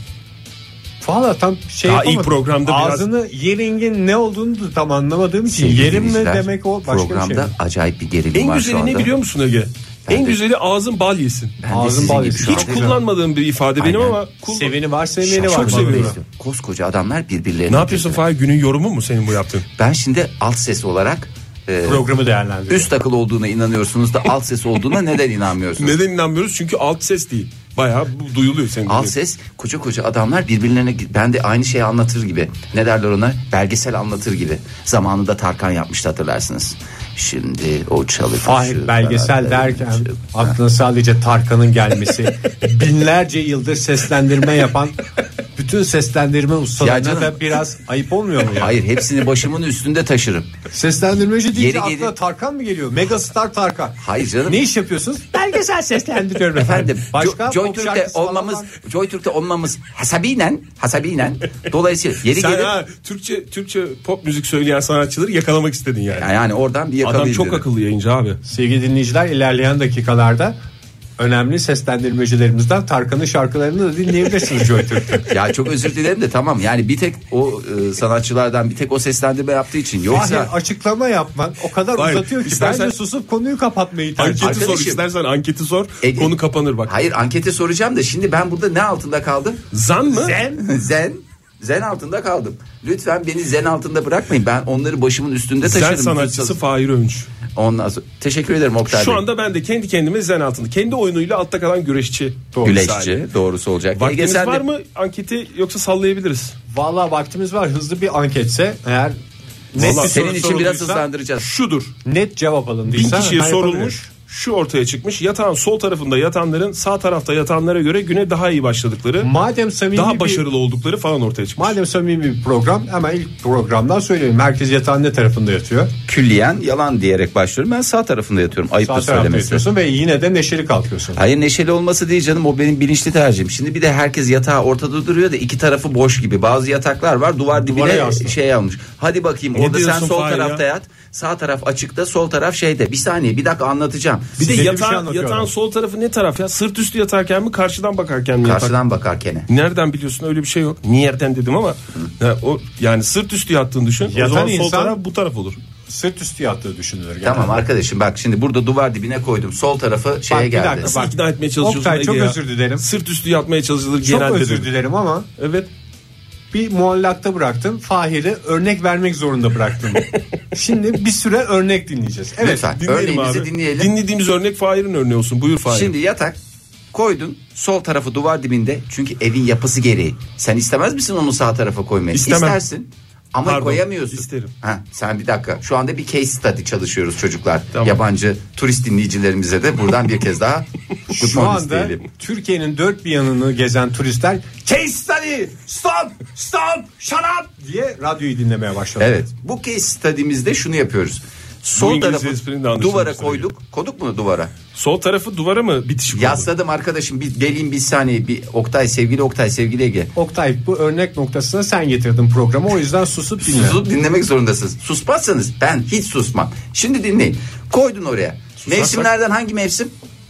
Valla tam şey Daha yapamadım. ilk programda biraz- Ağzını yeringin ne olduğunu da tam anlamadığım için Sevgili yerim mi dinleyiciler, demek o başka programda bir şey mi? acayip bir gerilim En var şu güzeli anda. ne biliyor musun Ege? Ben En de- güzeli ağzın bal yesin. Ben de Ağzın sizin bal gibi yesin. şu Hiç anda- kullanmadığım bir ifade benim Aynen. ama kul- Seveni var, sevmeyeni var. Çok Bal seviyorum. yesin. Koskoca adamlar birbirlerine. Ne yapıyorsun Fahir? Günün yorumu mu senin bu yaptığın? Ben şimdi alt ses olarak e, Programı değerlendiriyor. üst akıl olduğuna inanıyorsunuz da alt ses olduğuna neden inanmıyorsunuz? Neden inanmıyoruz? Çünkü alt ses değil. Bayağı bu duyuluyor senin Alt dediğin. ses koca koca adamlar birbirlerine, ben de aynı şeyi anlatır gibi. Ne derler ona? Belgesel anlatır gibi. Zamanında Tarkan yapmıştı, hatırlarsınız. Şimdi o çalı. Fahir belgesel derken aklına sadece Tarkan'ın gelmesi, binlerce yıldır seslendirme yapan bütün seslendirme Ya ustalarına canım. da biraz ayıp olmuyor mu ya? Hayır, hepsini başımın üstünde taşırım. Seslendirmeci deyince Yeri aklına geri- Tarkan mı geliyor? Megastar Tarkan. Hayır canım. Ne iş yapıyorsunuz? Belgesel seslendiriyorum efendim. Efendim, Başka Jo- Joy pop Türk'te şarkısı falan olmamız, var. Joy Türk'te olmamız hasabinen, hasabinen. Dolayısıyla yeri Sen gelir. ha, Türkçe Türkçe pop müzik söyleyen sanatçıları yakalamak istedin yani. Yani oradan bir Adam yakalayabilirim. çok akıllı yayıncı abi. Sevgili dinleyiciler, ilerleyen dakikalarda önemli seslendirmecilerimizden Tarkan'ın şarkılarını da dinleyebilirsiniz Joy Türk'te. Ya çok özür dilerim de tamam, yani bir tek o e, sanatçılardan bir tek o seslendirme yaptığı için, yoksa Fahir, açıklama yapman o kadar Hayır, uzatıyor ki istersen- bence susup konuyu kapatmayı tercih Anketi ediyorum. sor Arkadaşım. istersen anketi sor. Ege- Konu kapanır bak. hayır, ankete soracağım da şimdi ben burada ne altında kaldım? Zan mı? Zen. Zen. Zen altında kaldım. Lütfen beni zen altında bırakmayın. Ben onları başımın üstünde Zen taşırım. sanatçısı Fahir Öğünç. Ondan sonra teşekkür ederim Oktay Şu Bey. anda ben de kendi kendime zen altında. Kendi oyunuyla altta kalan güreşçi. Güleşçi, doğrusu olacak. Ege, Vaktimiz sen de- var mı anketi yoksa sallayabiliriz? Vallahi vaktimiz var, hızlı bir anketse eğer net Vallahi bir soru Senin için biraz sorulduysa, hızlandıracağız. Şudur. net cevap alındıysa Bin kişiye ben sorulmuş. yapabilirim. şu ortaya çıkmış. Yatağın sol tarafında yatanların sağ tarafta yatanlara göre güne daha iyi başladıkları, Madem samimi daha bir- başarılı oldukları falan ortaya çıkmış. Madem samimi bir program, hemen ilk programdan söyleyelim. Herkes yatağın ne tarafında yatıyor? Külliyen yalan diyerek başlıyorum. Ben sağ tarafında yatıyorum. Ayıp Sağ da tarafta söylemesi. yatıyorsun ve yine de neşeli kalkıyorsun. Hayır, neşeli olması değil canım, o benim bilinçli tercihim. Şimdi bir de herkes yatağı ortada duruyor da iki tarafı boş gibi. Bazı yataklar var duvar Duvara dibine yaslı. şey almış. Hadi bakayım, Ne orada sen diyorsun sol Fahir tarafta ya? yat. Sağ taraf açıkta, sol taraf şeyde. Bir saniye, bir dakika anlatacağım. Bir de Size bir şey yatağın, anlatıyorum. yatağın sol tarafı ne taraf ya? Sırt üstü yatarken mi, karşıdan bakarken mi yatak? Karşıdan bakarken. Nereden biliyorsun, öyle bir şey yok. Nereden dedim ama ya, o yani sırt üstü yattığını düşün. Yatan o zaman sol insan- taraf bu taraf olur. Sırt üstü yattığı düşünülür. genelde. Tamam arkadaşım, bak şimdi burada duvar dibine koydum. Sol tarafı şeye Bak, bir geldi. dakika, Nasıl bak. ikna etmeye çalışıyorsun Oktay, çok Ege ya? özür dilerim. Sırt üstü yatmaya çalışılır Çok genelde. özür dedim. dilerim ama Evet. bir muallakta bıraktın. Fahir'i örnek vermek zorunda bıraktın. Şimdi bir süre örnek dinleyeceğiz. Evet. Lütfen Dinleyelim örneğimizi abi. dinleyelim. Dinlediğimiz örnek Fahir'in örneği olsun. Buyur Fahir. Şimdi yatak koydun, sol tarafı duvar dibinde, çünkü evin yapısı gereği. Sen istemez misin onu sağ tarafa koymayı? İstemem. İstersin. Ama Pardon, koyamıyorsun. isterim. Ha, sen bir dakika. Şu anda bir case study çalışıyoruz çocuklar. Tamam. Yabancı turist dinleyicilerimize de buradan bir kez daha good Şu morning anda diyelim. Türkiye'nin dört bir yanını gezen turistler case study, stop, stop, shut up diye radyoyu dinlemeye başladı. Evet. Bu case study'mizde şunu yapıyoruz. Sol İngilizce tarafı esprinin de anlaşılması duvara gerekiyor. koyduk. Koyduk mu duvara? Sol tarafı duvara mı bitişik oldu? Yasladım arkadaşım. Bir geleyim bir saniye. Bir Oktay, sevgili Oktay, sevgili Ege. Oktay, bu örnek noktasına sen getirdin programı, o yüzden susup dinle. Susup dinlemek zorundasınız. Susmazsanız ben hiç susmam. Şimdi dinleyin. Koydun oraya. Mevsimlerden hangi mevsim?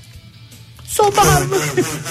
Sonbahar mı?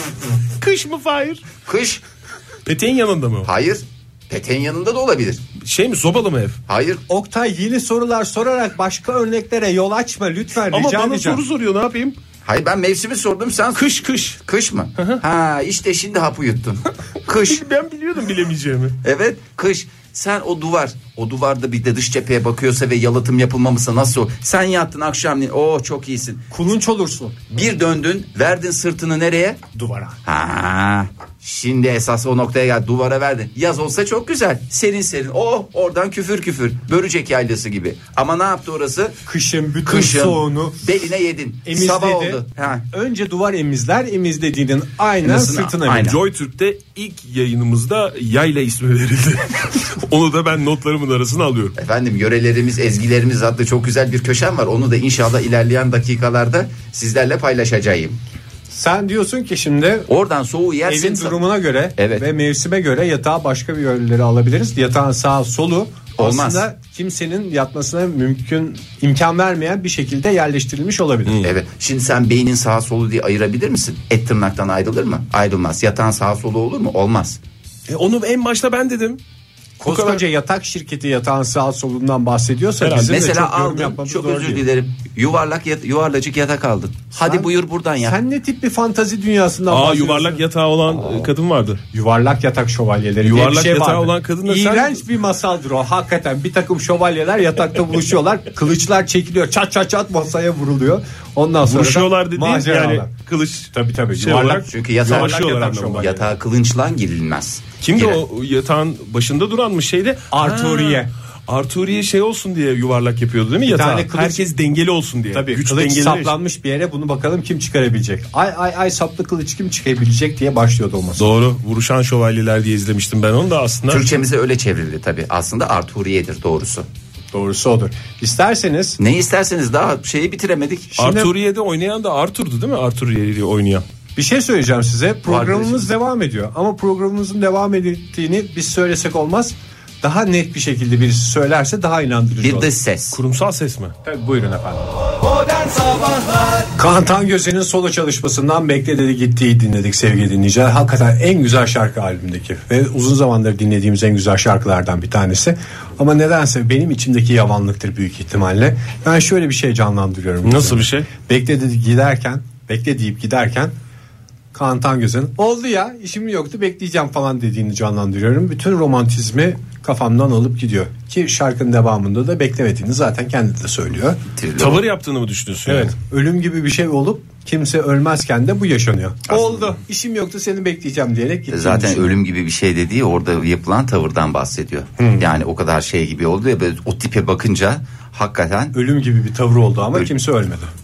Kış mı Fahir? Kış. Peteğin yanında mı? Hayır. Peteğin yanında da olabilir. Şey mi, sobalı mı ev? Hayır. Oktay, yeni sorular sorarak başka örneklere yol açma lütfen, Ama rica bana edeceğim. soru soruyor, ne yapayım? Hayır, ben mevsimi sordum, sen Kış kış. kış mı? Ha, işte şimdi hapı yuttun. Kış. Ben biliyordum bilemeyeceğimi. Evet, kış. Sen o duvar, o duvarda bir de dış cepheye bakıyorsa ve yalıtım yapılmamışsa nasıl o? Sen yattın akşamleyin. Oo, çok iyisin. Kulunç olursun Bir döndün, verdin sırtını nereye? duvara. Ha. Şimdi esas o noktaya gel, duvara verdin. Yaz olsa çok güzel. Serin serin. Oh, oradan küfür küfür. Börücek yaylası gibi. Ama ne yaptı orası? Kışın bütün Kışın soğuğunu beline yedin. emizledi. Sabah oldu. Ha. Önce duvar emizler, emizlediğinin aynen Nasıl- sırtına aynen. verir. Joy Türk'te ilk yayınımızda Yayla ismi verildi. Onu da ben notlarımın arasına alıyorum. Efendim, yörelerimiz, ezgilerimiz adlı çok güzel bir köşem var. Onu da inşallah ilerleyen dakikalarda sizlerle paylaşacağım. Sen diyorsun ki şimdi Oradan soğuğu yersin. evin durumuna göre Evet. ve mevsime göre yatağı başka bir yönleri alabiliriz. Yatağın sağ solu Olmaz. aslında kimsenin yatmasına mümkün imkan vermeyen bir şekilde yerleştirilmiş olabilir. Evet. Şimdi sen beynin sağ solu diye ayırabilir misin? Et tırnaktan ayrılır mı? Ayrılmaz. Yatağın sağ solu olur mu? Olmaz. E onu en başta ben dedim. Koskoca yatak şirketi yatağın sağ solundan bahsediyorsa Herhalde. bizim de Mesela çok yorum aldın, yapmamız çok doğru özür değil. dilerim. Yuvarlak yat, yuvarlacık yatak aldın. Hadi Sen- buyur buradan ya. Sen ne tip bir fantazi dünyasından Aa, bahsediyorsun? yuvarlak yatağı olan e, kadın vardı. Yuvarlak yatak şövalyeleri diye Yuvarlak bir şey yatağı vardır. olan kadınla sen- İğrenç bir masaldır o. Hakikaten bir takım şövalyeler yatakta buluşuyorlar. Kılıçlar çekiliyor. Çat çat çat masaya vuruluyor. Ondan sonra Vuruşuyorlar da dediğin maceralar. yani kılıç. Tabii tabii. Şey yuvarlak. olarak- Çünkü yatağa, Savaşıyorlar yatak anlamında. şövalye. yatağa kılınçla girilmez. Kimdi Girer. o yatağın başında duranmış şeyde? Arturiye. Ha, Arturiye şey olsun diye yuvarlak yapıyordu değil mi yatağı? tane kılıç- Herkes dengeli olsun diye. Tabii Güç kılıç dengeli. saplanmış bir yere, bunu bakalım kim çıkarabilecek. Ay ay ay saplı kılıç kim çıkarabilecek diye başlıyordu olması. Doğru. Vuruşan şövalyeler diye izlemiştim ben onu da aslında. Türkçemize öyle çevrildi tabii. Aslında Arturiye'dir doğrusu. Doğrusu odur. İsterseniz Ne isterseniz, daha şeyi bitiremedik. Şimdi- Arturiye'de oynayan da Arthur'du değil mi? Arturiye'yi oynayan. bir şey söyleyeceğim size. Programımız arkadaşım. devam ediyor. Ama programımızın devam ettiğini biz söylesek olmaz. Daha net bir şekilde birisi söylerse daha inandırıcı Bir olur. de ses. Kurumsal ses mi? Tabii, buyurun efendim. Kaan Tangöze'nin solo çalışmasından Bekle Dedi Gitti'yi dinledik sevgili dinleyiciler. Hakikaten en güzel şarkı albümdeki ve uzun zamandır dinlediğimiz en güzel şarkılardan bir tanesi. Ama nedense benim içimdeki yavanlıktır büyük ihtimalle. Ben şöyle bir şey canlandırıyorum. Nasıl bir şey? Bekle dedi giderken, bekle deyip giderken Kaan Tangöze'nin oldu ya işim yoktu bekleyeceğim falan dediğini canlandırıyorum. Bütün romantizmi kafamdan alıp gidiyor. Ki şarkının devamında da beklemediğini zaten kendi de söylüyor. Tavır yaptığını mı düşünüyorsun? Evet. yani? Ölüm gibi bir şey olup kimse ölmezken de bu yaşanıyor. Oldu. İşim yoktu seni bekleyeceğim diyerek gittiğini Zaten düşünüyorum. ölüm gibi bir şey dediği orada yapılan tavırdan bahsediyor. Yani o kadar şey gibi oldu ya, böyle o tipe bakınca hakikaten Ölüm gibi bir tavır oldu ama Öl- kimse ölmedi. Bir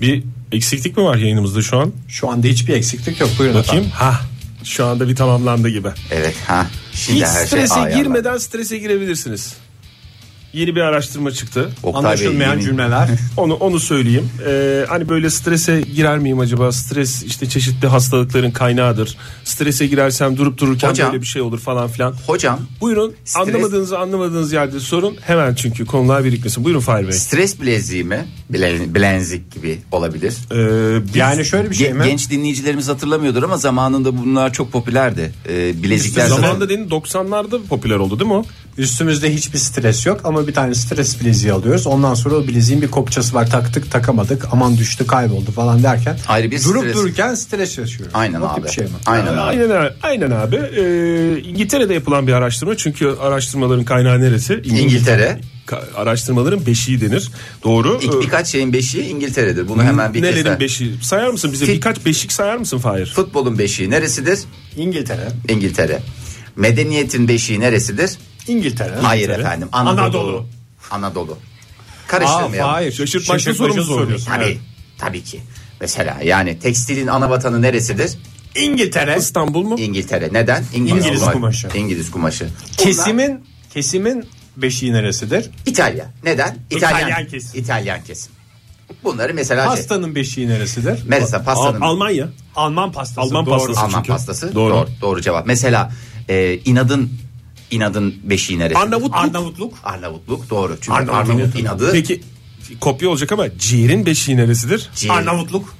eksiklik mi var yayınımızda şu an? Şu anda hiçbir eksiklik yok. Buyurun Bakayım. efendim. Ha, şu anda bir tamamlandı gibi. Evet ha. Şimdi Hiç her şey strese ayarlandı. girmeden strese girebilirsiniz. Yeni bir araştırma çıktı. Oktay Bey, Anlaşılmayan yemin- cümleler. Onu onu söyleyeyim. Ee, hani böyle strese girer miyim acaba? Stres işte çeşitli hastalıkların kaynağıdır. Strese girersem durup dururken Hocam. böyle bir şey olur falan filan. Hocam Buyurun. Stres- Anlamadığınızı anlamadığınız yerde sorun. Hemen çünkü konular birikmesin. Buyurun Fahir Bey. stres bileziği mi? Bilen, bilenzik gibi olabilir. Ee, biz- Yani şöyle bir şey Ge- mi? Genç dinleyicilerimiz hatırlamıyordur ama zamanında bunlar çok popülerdi. Ee, bilezikler Zamanında değil doksanlarda popüler oldu değil mi o? Üstümüzde hiçbir stres yok ama bir tane stres bileziği alıyoruz. Ondan sonra o bileziğin bir kopçası var, taktık takamadık, aman düştü kayboldu falan derken Ayrı bir durup stres. dururken stres yaşıyoruz. Aynen O tip abi. bir şey mi? Aynen abi. Aynen, aynen abi. Ee, İngiltere'de yapılan bir araştırma. Çünkü araştırmaların kaynağı neresi? İngiltere. Ka- Araştırmaların beşiği denir. Doğru. İlk Ee, birkaç şeyin beşiği İngiltere'dir. Bunu hemen bir kez Nelerin daha- beşiği? Sayar mısın bize? Fit- Birkaç beşik sayar mısın Fahir? Futbolun beşiği neresidir? İngiltere. İngiltere. Medeniyetin beşiği neresidir? İngiltere. Hayır efendim. Anadolu. Anadolu. Anadolu. Aa, Karıştırmayalım. hayır. Şaşırtmaçlı soru mu soruyorsun? Tabii. Evet. Tabii ki. Mesela yani tekstilin ana vatanı neresidir? İngiltere. İstanbul mu? İngiltere. Neden? İngiliz kumaşı. İngiliz kumaşı. Kesimin kesimin beşiği neresidir? İtalya. Neden? İtalyan kesim. İtalyan kesim. Bunları mesela şey, Pastanın beşiği neresidir? mesela pastanın Al- Almanya. Alman pastası. Alman doğru. pastası. Alman çünkü. pastası. Doğru. Doğru. Doğru cevap. Mesela e, inadın inadın beşiği neresi? Arnavutluk. Arnavutluk. Arnavutluk doğru. Çünkü Arnavut Arnavut, inadı. inadı. Peki kopya olacak ama ciğerin beşiği neresidir? ciğer. Arnavutluk.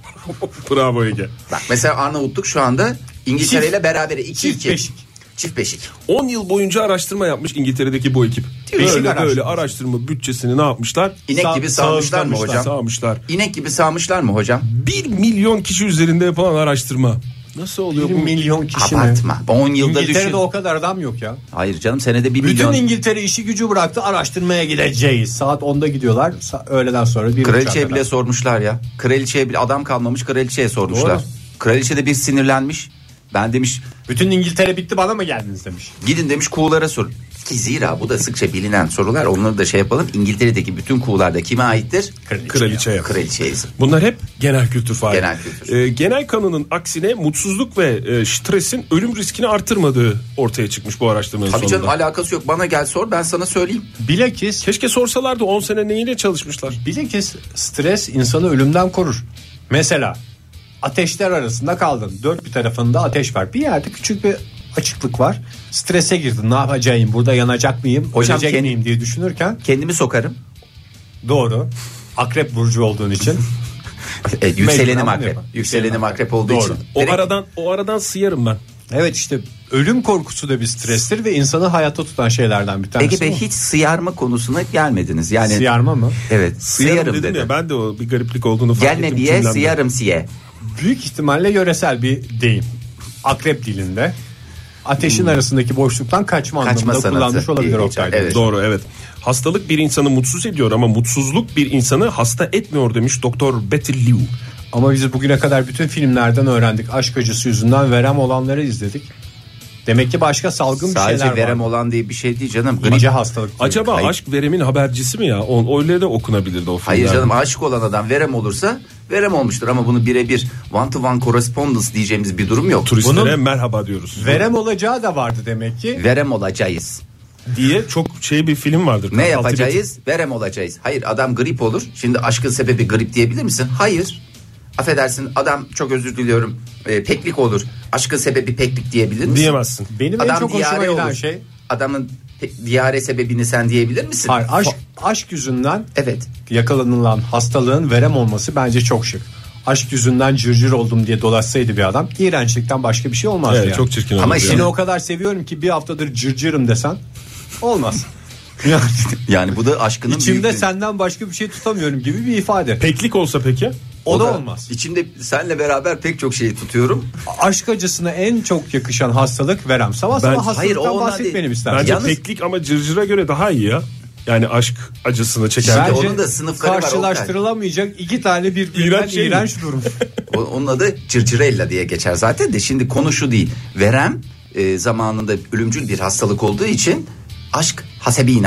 Bravo Ege. Bak mesela Arnavutluk şu anda İngiltere ile beraber iki çift iki. beşik. Çift beşik. on yıl boyunca araştırma yapmış İngiltere'deki bu ekip. Beşik Böyle böyle araştırması. araştırma bütçesini ne yapmışlar? İnek Sa- gibi sağmışlar mı sağmışlar, hocam? Sağmışlar. İnek gibi sağmışlar mı hocam? Bir milyon kişi üzerinde yapılan araştırma. Nasıl oluyor Bir bu? milyon kişi mi? Abartma. on yılda İngiltere'de düşün. o kadar adam yok ya. Hayır canım senede bir Bütün milyon. İngiltere işi gücü bıraktı, araştırmaya gideceğiz. Saat onda gidiyorlar. Sa- öğleden sonra bir Kraliçeye uçağa bile kadar. sormuşlar ya. Kraliçeye bile adam kalmamış kraliçeye sormuşlar. Doğru. Kraliçe de bir sinirlenmiş. Ben demiş Bütün İngiltere bitti, bana mı geldiniz demiş. gidin demiş kuğulara sor. Ki zira bu da sıkça bilinen sorular. Onları da şey yapalım. İngiltere'deki bütün kuğular kime aittir? Kraliçeye. Kraliçeye. Bunlar hep genel kültür faali. Genel kültür. Ee, genel kanının aksine mutsuzluk ve e, stresin ölüm riskini artırmadığı ortaya çıkmış bu araştırmanın Tabii sonunda. canım alakası yok. Bana gel sor ben sana söyleyeyim. Bilakis, Keşke sorsalardı on sene neyle çalışmışlar. bilakis stres insanı ölümden korur. Mesela ateşler arasında kaldın. Dört bir tarafında ateş var. Bir yerde küçük bir açıklık var. Strese girdin. Ne yapacağım? Burada yanacak mıyım? Hocam Ölecek kend- miyim diye düşünürken Kendimi sokarım. doğru. Akrep burcu olduğun için. E, yükselenim Mecburen akrep. bunu Yükselenim yapar. akrep olduğu Doğru. için. O Direkt- aradan o aradan sıyarım ben. Evet, işte ölüm korkusu da bir strestir ve insanı hayatta tutan şeylerden bir tanesi. Ege Bey bu. hiç sıyarma konusuna gelmediniz. Yani Sıyarma mı? evet Sıyarım, sıyarım dedim dedi. ya, ben de o bir gariplik olduğunu fark ettim. Gelme diye cümlemde. sıyarım siye. Büyük ihtimalle yöresel bir deyim. Akrep dilinde. Ateşin arasındaki boşluktan kaçma, Kaçma anlamında sanatı kullanmış olabilir diye Oktay. geçer, evet. Doğru, evet. Hastalık bir insanı mutsuz ediyor ama mutsuzluk bir insanı hasta etmiyor demiş Doktor Betty Liu. Ama biz bugüne kadar bütün filmlerden öğrendik. Aşk acısı yüzünden verem olanları izledik. Demek ki başka salgın bir Sadece şeyler verem var. olan diye bir şey değil canım. İnce Grip. hastalık. Acaba Hayır. aşk veremin habercisi mi ya? O öyle de okunabilirdi o filmler. Hayır canım aşık olan adam verem olursa verem olmuştur ama bunu birebir one to one correspondence diyeceğimiz bir durum yok. Turistlere Bunun- merhaba diyoruz. Verem olacağı da vardı demek ki. Verem olacağız. diye çok şey bir film vardır. Ne Kartal Tibet. yapacağız? Verem olacağız. Hayır adam grip olur. Şimdi aşkın sebebi grip diyebilir misin? Hayır. Affedersin adam çok özür diliyorum. E, peklik olur. Aşkın sebebi peklik diyebilir misin? Diyemezsin. Benim en Adam çok hoşuma diyare giden olur. şey. Adamın pe- diyare sebebini sen diyebilir misin? Hayır, aşk, aşk yüzünden Evet. yakalanılan hastalığın verem olması bence çok şık. Aşk yüzünden cırcır oldum diye dolaşsaydı bir adam, iğrençlikten başka bir şey olmazdı Evet, yani. çok çirkin Ama olurdu şimdi- Seni yani. o kadar seviyorum ki bir haftadır cırcırım desen olmaz. Yani Yani bu da aşkının İçimde büyüklüğü. senden başka bir şey tutamıyorum gibi bir ifade. Peklik olsa peki? O, da olmaz. İçimde seninle beraber pek çok şeyi tutuyorum. Aşk acısına en çok yakışan hastalık verem. Sabah Ben- sabah Hayır, hastalıktan o ondan bahsetmeyelim değil. istersen. Bence Yalnız- peklik ama cırcıra göre daha iyi ya. Yani aşk acısını çeken. Bence Bence onun da sınıfları var, karşılaştırılamayacak iki tane birbirinden İğrenç iğrenç, şey mi? durum. O- Onun adı cırcırella diye geçer zaten de şimdi konu şu değil. Verem e, zamanında ölümcül bir hastalık olduğu için aşk hasebiyle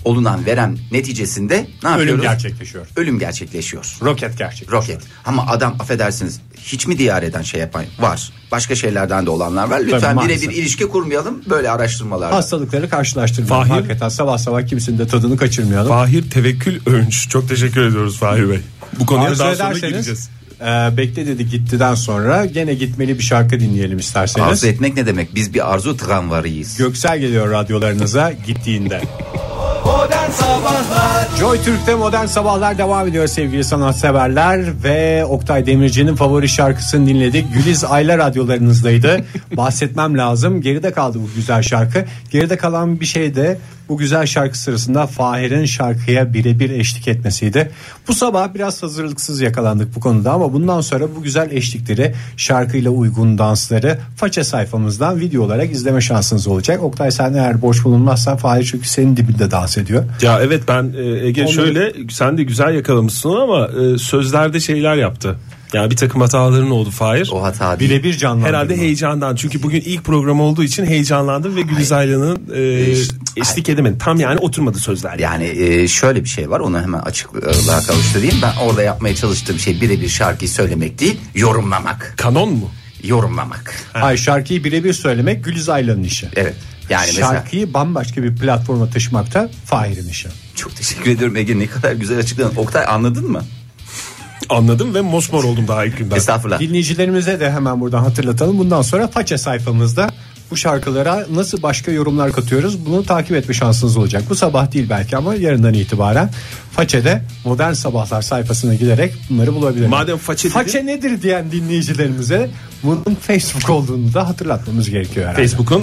olunan verem neticesinde ne yapıyoruz? Ölüm gerçekleşiyor. Ölüm gerçekleşiyor. Roket gerçekleşiyor. Roket. Ama adam affedersiniz hiç mi diyar eden şey yapan var. Başka şeylerden de olanlar var. Lütfen birebir ilişki kurmayalım böyle araştırmalar. Hastalıkları karşılaştırmayalım. Fahir. Hakikaten sabah sabah kimsenin de tadını kaçırmayalım. Fahir Tevekkül Önç. Çok teşekkür ediyoruz Fahir Bey. Bu konuya Arzu daha sonra ederseniz, gireceğiz. E, bekle dedi gittiden sonra gene gitmeli bir şarkı dinleyelim isterseniz. Arzu etmek ne demek? Biz bir arzu tramvarıyız. Göksel geliyor radyolarınıza gittiğinde. Modern Sabahlar Joy Türk'te Modern Sabahlar devam ediyor sevgili sanatseverler ve Oktay Demirci'nin favori şarkısını dinledik. Güliz Ayla radyolarınızdaydı. Bahsetmem lazım. Geride kaldı bu güzel şarkı. Geride kalan bir şey de bu güzel şarkı sırasında Fahir'in şarkıya birebir eşlik etmesiydi. Bu sabah biraz hazırlıksız yakalandık bu konuda ama bundan sonra bu güzel eşlikleri, şarkıyla uygun dansları faça sayfamızdan video olarak izleme şansınız olacak. Oktay sen eğer boş bulunmazsan Fahir çünkü senin dibinde dans ediyor. Ya evet ben e, Ege Onları... şöyle sen de güzel yakalamışsın ama e, sözlerde şeyler yaptı. Yani bir takım hataların oldu Fahir. O hata değil. Birebir canlandırma. Herhalde heyecandan çünkü bugün ilk program olduğu için heyecanlandım ve Güliz Ayla'nın e, eşlik edemedim. Tam yani oturmadı sözler. Yani e, şöyle bir şey var onu hemen açıklığa kavuşturayım. Ben orada yapmaya çalıştığım şey birebir şarkıyı söylemek değil yorumlamak. Kanon mu? Yorumlamak. Hayır şarkıyı birebir söylemek Güliz Ayla'nın işi. Evet. Yani şarkıyı mesela... bambaşka bir platforma taşımakta Fahir'in işi. Çok teşekkür ediyorum Ege ne kadar güzel açıkladın. Oktay anladın mı? Anladım ve mosmor oldum daha ilk günden. Estağfurullah. Dinleyicilerimize de hemen buradan hatırlatalım. Bundan sonra faça sayfamızda bu şarkılara nasıl başka yorumlar katıyoruz bunu takip etme şansınız olacak. Bu sabah değil belki ama yarından itibaren Façe'de Modern Sabahlar sayfasına giderek bunları bulabilirsiniz. Madem façe, façe nedir diyen dinleyicilerimize bunun Facebook olduğunu da hatırlatmamız gerekiyor herhalde. Facebook'un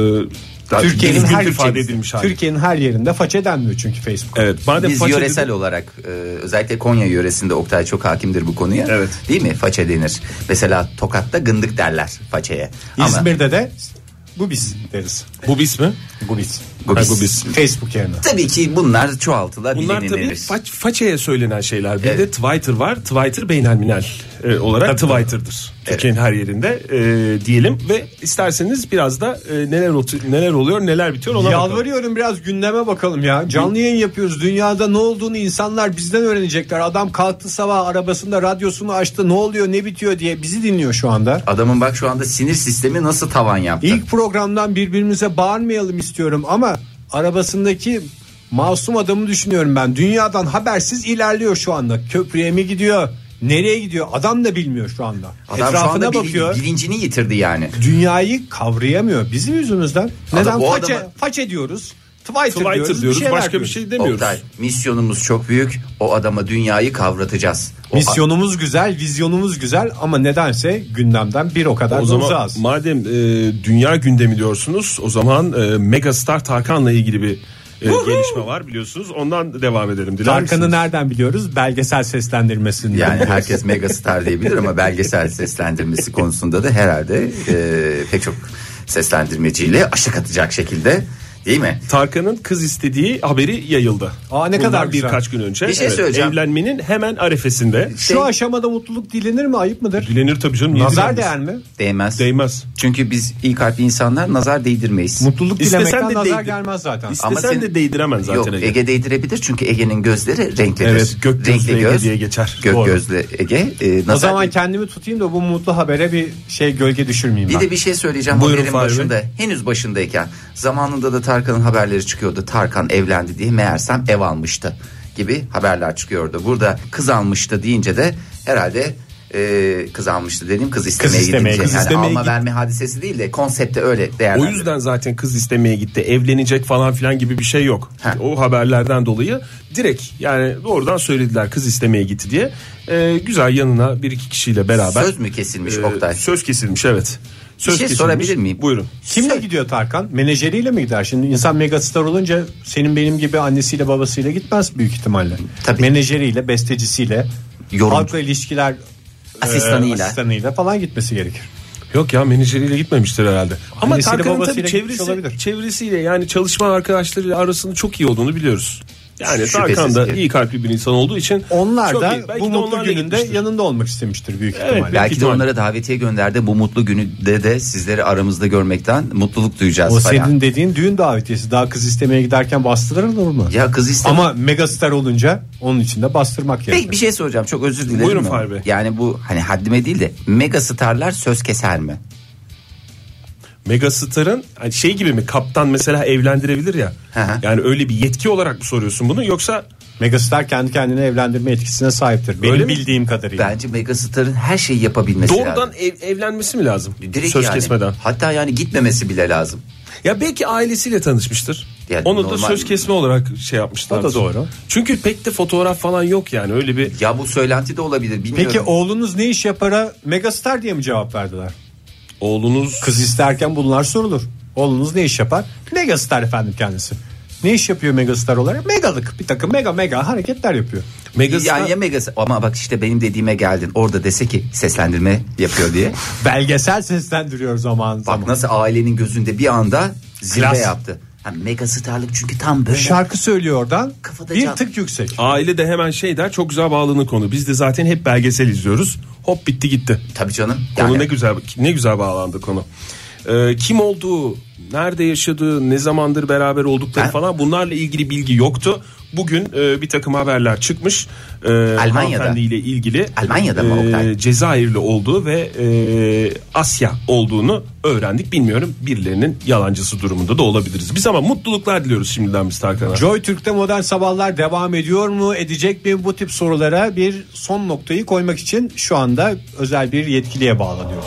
e, Türkiye'nin her, ifade edilmiş hali. Türkiye'nin her yerinde façe denmiyor çünkü Facebook. Evet. Madem biz yöresel dedi... olarak e, özellikle Konya yöresinde Oktay çok hakimdir bu konuya. Evet. Değil mi? Façe denir. Mesela Tokat'ta gındık derler façeye. İzmir'de Ama... de bu biz deriz. Bu biz mi? Bu biz. Bu biz. Ha, bu biz. Facebook yerine. Tabii ki bunlar çoğaltılar. Bunlar tabii fa- façeye söylenen şeyler. Bir evet. de Twitter var. Twitter beynelminel e, olarak tabii. Twitter'dır. Türkiye'nin evet. her yerinde e, diyelim ve isterseniz biraz da e, neler neler oluyor, neler bitiyor ona bakalım. Yalvarıyorum biraz gündeme bakalım ya. Canlı yayın yapıyoruz. Dünyada ne olduğunu insanlar bizden öğrenecekler. Adam kalktı sabah arabasında radyosunu açtı. Ne oluyor, ne bitiyor diye bizi dinliyor şu anda. Adamın bak şu anda sinir sistemi nasıl tavan yaptı. İlk programdan birbirimize bağırmayalım istiyorum ama arabasındaki masum adamı düşünüyorum ben. Dünyadan habersiz ilerliyor şu anda. Köprüye mi gidiyor? Nereye gidiyor? Adam da bilmiyor şu anda. Adam Etrafına şu anda bakıyor. Bilincini yitirdi yani. Dünyayı kavrayamıyor. Bizim yüzümüzden. Neden Adam, façe, adamı... façe diyoruz? Twitter, Twitter diyoruz. diyoruz. Bir Başka diyoruz. bir şey demiyoruz. Oktay, misyonumuz çok büyük. O adama dünyayı kavratacağız. O Misyonumuz a- güzel, vizyonumuz güzel ama nedense gündemden bir o kadar o zaman uzağız. Madem e, dünya gündemi diyorsunuz, o zaman e, Megastar Tarkan'la ilgili bir e, gelişme var biliyorsunuz. Ondan devam edelim. Diler Tarkan'ı misiniz? nereden biliyoruz? Belgesel seslendirmesinden. Yani herkes Megastar diyebilir ama belgesel seslendirmesi konusunda da herhalde e, pek çok seslendirmeciyle aşık atacak şekilde. Değil mi? Tarkan'ın kız istediği haberi yayıldı. Aa ne Bundan kadar güzel. birkaç gün önce. Bir şey evet, söyleyeceğim. Evlenmenin hemen arefesinde. Şu şey, aşamada mutluluk dilenir mi? Ayıp mıdır? Dilenir tabii canım. Nazar değer mi? Değmez. Değmez. Çünkü biz iyi kalpli insanlar nazar değdirmeyiz. Mutluluk İstesen dilemekten de nazar değdir. gelmez zaten. İstesen Ama sen... de değdiremez zaten. Yok Ege. Ege değdirebilir çünkü Ege'nin gözleri renklidir. Evet, gök gözlü Renkli Ege göz, diye geçer. Gök Doğru. gözlü Ege. E, nazar... O zaman kendimi tutayım da bu mutlu habere bir şey gölge düşürmeyeyim bir ben. de bir şey söyleyeceğim. Buyurun Haberin Fahri başında henüz başındayken zamanında da Tarkan'ın haberleri çıkıyordu. Tarkan evlendi diye meğersem ev almıştı gibi haberler çıkıyordu. Burada kız almıştı deyince de herhalde e, kız almıştı dediğim kız istemeye, Kız istemeye, gidince. kız Yani istemeye alma git- verme hadisesi değil de konsepte öyle O değerlendirildi. yüzden zaten kız istemeye gitti. Evlenecek falan filan gibi bir şey yok. Heh. O haberlerden dolayı direkt yani doğrudan söylediler kız istemeye gitti diye. Ee, güzel yanına bir iki kişiyle beraber. Söz mü kesilmiş Ee, Oktay? Söz kesilmiş evet. Söz Bir şey kesilmiş. sorabilir miyim? Buyurun. Kimle gidiyor Tarkan? Menajeriyle mi gider? Şimdi insan megastar olunca senin benim gibi annesiyle babasıyla gitmez büyük ihtimalle. Tabii. Menajeriyle, bestecisiyle, Yorum. halkla ilişkiler Asistanıyla. e, asistanıyla falan gitmesi gerekir. Yok ya menajeriyle gitmemiştir herhalde. Ama Annesiyle, Tarkan'ın babasıyla tabii gitmiş çevresi, olabilir. çevresiyle yani çalışma arkadaşlarıyla arasında çok iyi olduğunu biliyoruz. Yani Şüphesiz Tarkan da ki. iyi kalpli bir insan olduğu için Onlar çok da iyi. Belki bu de mutlu onlarla gününde gitmiştir. yanında olmak istemiştir büyük Evet, ihtimalle. Belki de ihtimal. onlara davetiye gönderdi. Bu mutlu gününde de sizleri aramızda görmekten mutluluk duyacağız O falan. senin dediğin düğün davetiyesi. Daha kız istemeye giderken bastırılır mı? Ya kız iste. Ama megastar olunca onun için de bastırmak gerekir. Peki bir şey soracağım, çok özür dilerim. Buyurun ama. Fahri Bey. Yani bu hani haddime değil de mega starlar söz keser mi? Megastar'ın hani şey gibi mi, kaptan mesela evlendirebilir ya. Hı hı. Yani öyle bir yetki olarak mı soruyorsun bunu, yoksa Megastar kendi kendine evlendirme etkisine sahiptir. Benim Öyle mi? bildiğim kadarıyla. Bence mega starın her şeyi yapabilmesi doğrudan lazım. ev- evlenmesi mi lazım? Direkt söz yani. kesmeden. Hatta yani gitmemesi bile lazım. Ya belki ailesiyle tanışmıştır. Yani Onu da normal- söz kesme olarak şey yapmışlar. O da doğru. Çünkü pek de fotoğraf falan yok yani, öyle bir. Ya bu söylenti de olabilir, bilmiyorum. Peki oğlunuz ne iş yapara megastar diye mi cevap verdiler? Oğlunuz Kız isterken bunlar sorulur. Oğlunuz ne iş yapar? Megastar efendim kendisi. Ne iş yapıyor megastar olarak? Megalık bir takım mega mega hareketler yapıyor. Megastar Yani ya mega, ama bak işte benim dediğime geldin. Orada dese ki seslendirme yapıyor diye. Belgesel seslendiriyor zaman Bak zaman. nasıl ailenin gözünde bir anda zirve Klas. yaptı. Ha, mega starlık çünkü tam böyle. Şarkı söylüyor oradan. Kafada Bir can- tık yüksek. aile de hemen şey der, çok güzel bağlanır konu. Biz de zaten hep belgesel izliyoruz. Hop bitti gitti. Tabii canım. Konu Yani ne güzel, ne güzel bağlandı konu. Ee, kim olduğu, nerede yaşadığı, ne zamandır beraber oldukları Ha? falan, bunlarla ilgili bilgi yoktu. Bugün e, bir takım haberler çıkmış. E, hanımefendiyle ilgili. Almanya'da mı Oktay? Cezayirli olduğu ve e, Asya olduğunu öğrendik. Bilmiyorum, birilerinin yalancısı durumunda da olabiliriz. Biz ama mutluluklar diliyoruz şimdiden biz Tarkan'a. Joy Türk'te modern sabahlar devam ediyor mu, edecek mi? Bu tip sorulara bir son noktayı koymak için şu anda özel bir yetkiliye bağlanıyoruz.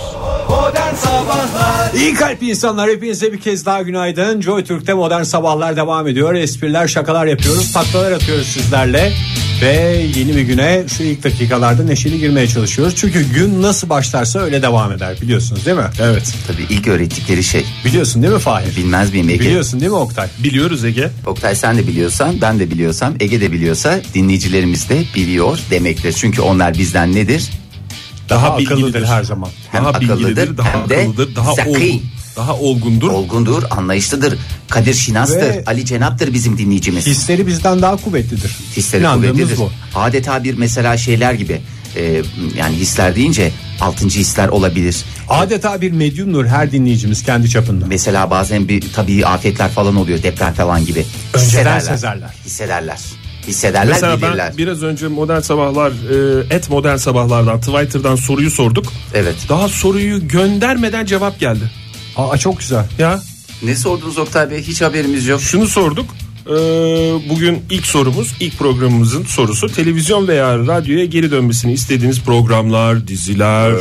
İyi kalp insanlar, hepinize bir kez daha günaydın. Joy Türk'te modern sabahlar devam ediyor. Espriler, şakalar yapıyoruz, taklalar atıyoruz sizlerle. Ve yeni bir güne şu ilk dakikalarda neşeli girmeye çalışıyoruz. Çünkü gün nasıl başlarsa öyle devam eder, biliyorsunuz değil mi? Evet. tabii ilk öğrettikleri şey. Biliyorsun değil mi Fahir? Bilmez miyim Ege? Biliyorsun değil mi Oktay? Biliyoruz Ege. Oktay sen de biliyorsan, ben de biliyorsam, Ege de biliyorsa dinleyicilerimiz de biliyor demektir. Çünkü onlar bizden nedir? Daha, Daha akıllıdır bilgilidir. her zaman. Hem Daha akıllıdır, bilgilidir, daha hem de akıllıdır, daha zeki. olgun, daha olgundur. Olgundur, anlayışlıdır. Kadir Şinas'tır, Ve- Ali Cenap'tır bizim dinleyicimiz. Hisleri bizden daha kuvvetlidir. Hisleri İnandığımız kuvvetlidir. bu. Adeta bir mesela şeyler gibi. e, yani hisler deyince altıncı hisler olabilir. Adeta bir medyumdur her dinleyicimiz kendi çapında. Mesela bazen bir tabii afetler falan oluyor, deprem falan gibi. Önceden Hissederler. sezerler. Hissederler. Hissederler, Mesela bilirler. ben biraz önce modern sabahlar e, et modern sabahlardan Twitter'dan soruyu sorduk. Evet. Daha soruyu göndermeden cevap geldi. Aa, çok güzel. Ya Ne sordunuz Oktay Bey? Hiç haberimiz yok. şunu sorduk. E, bugün ilk sorumuz, ilk programımızın sorusu, televizyon veya radyoya geri dönmesini istediğiniz programlar, diziler,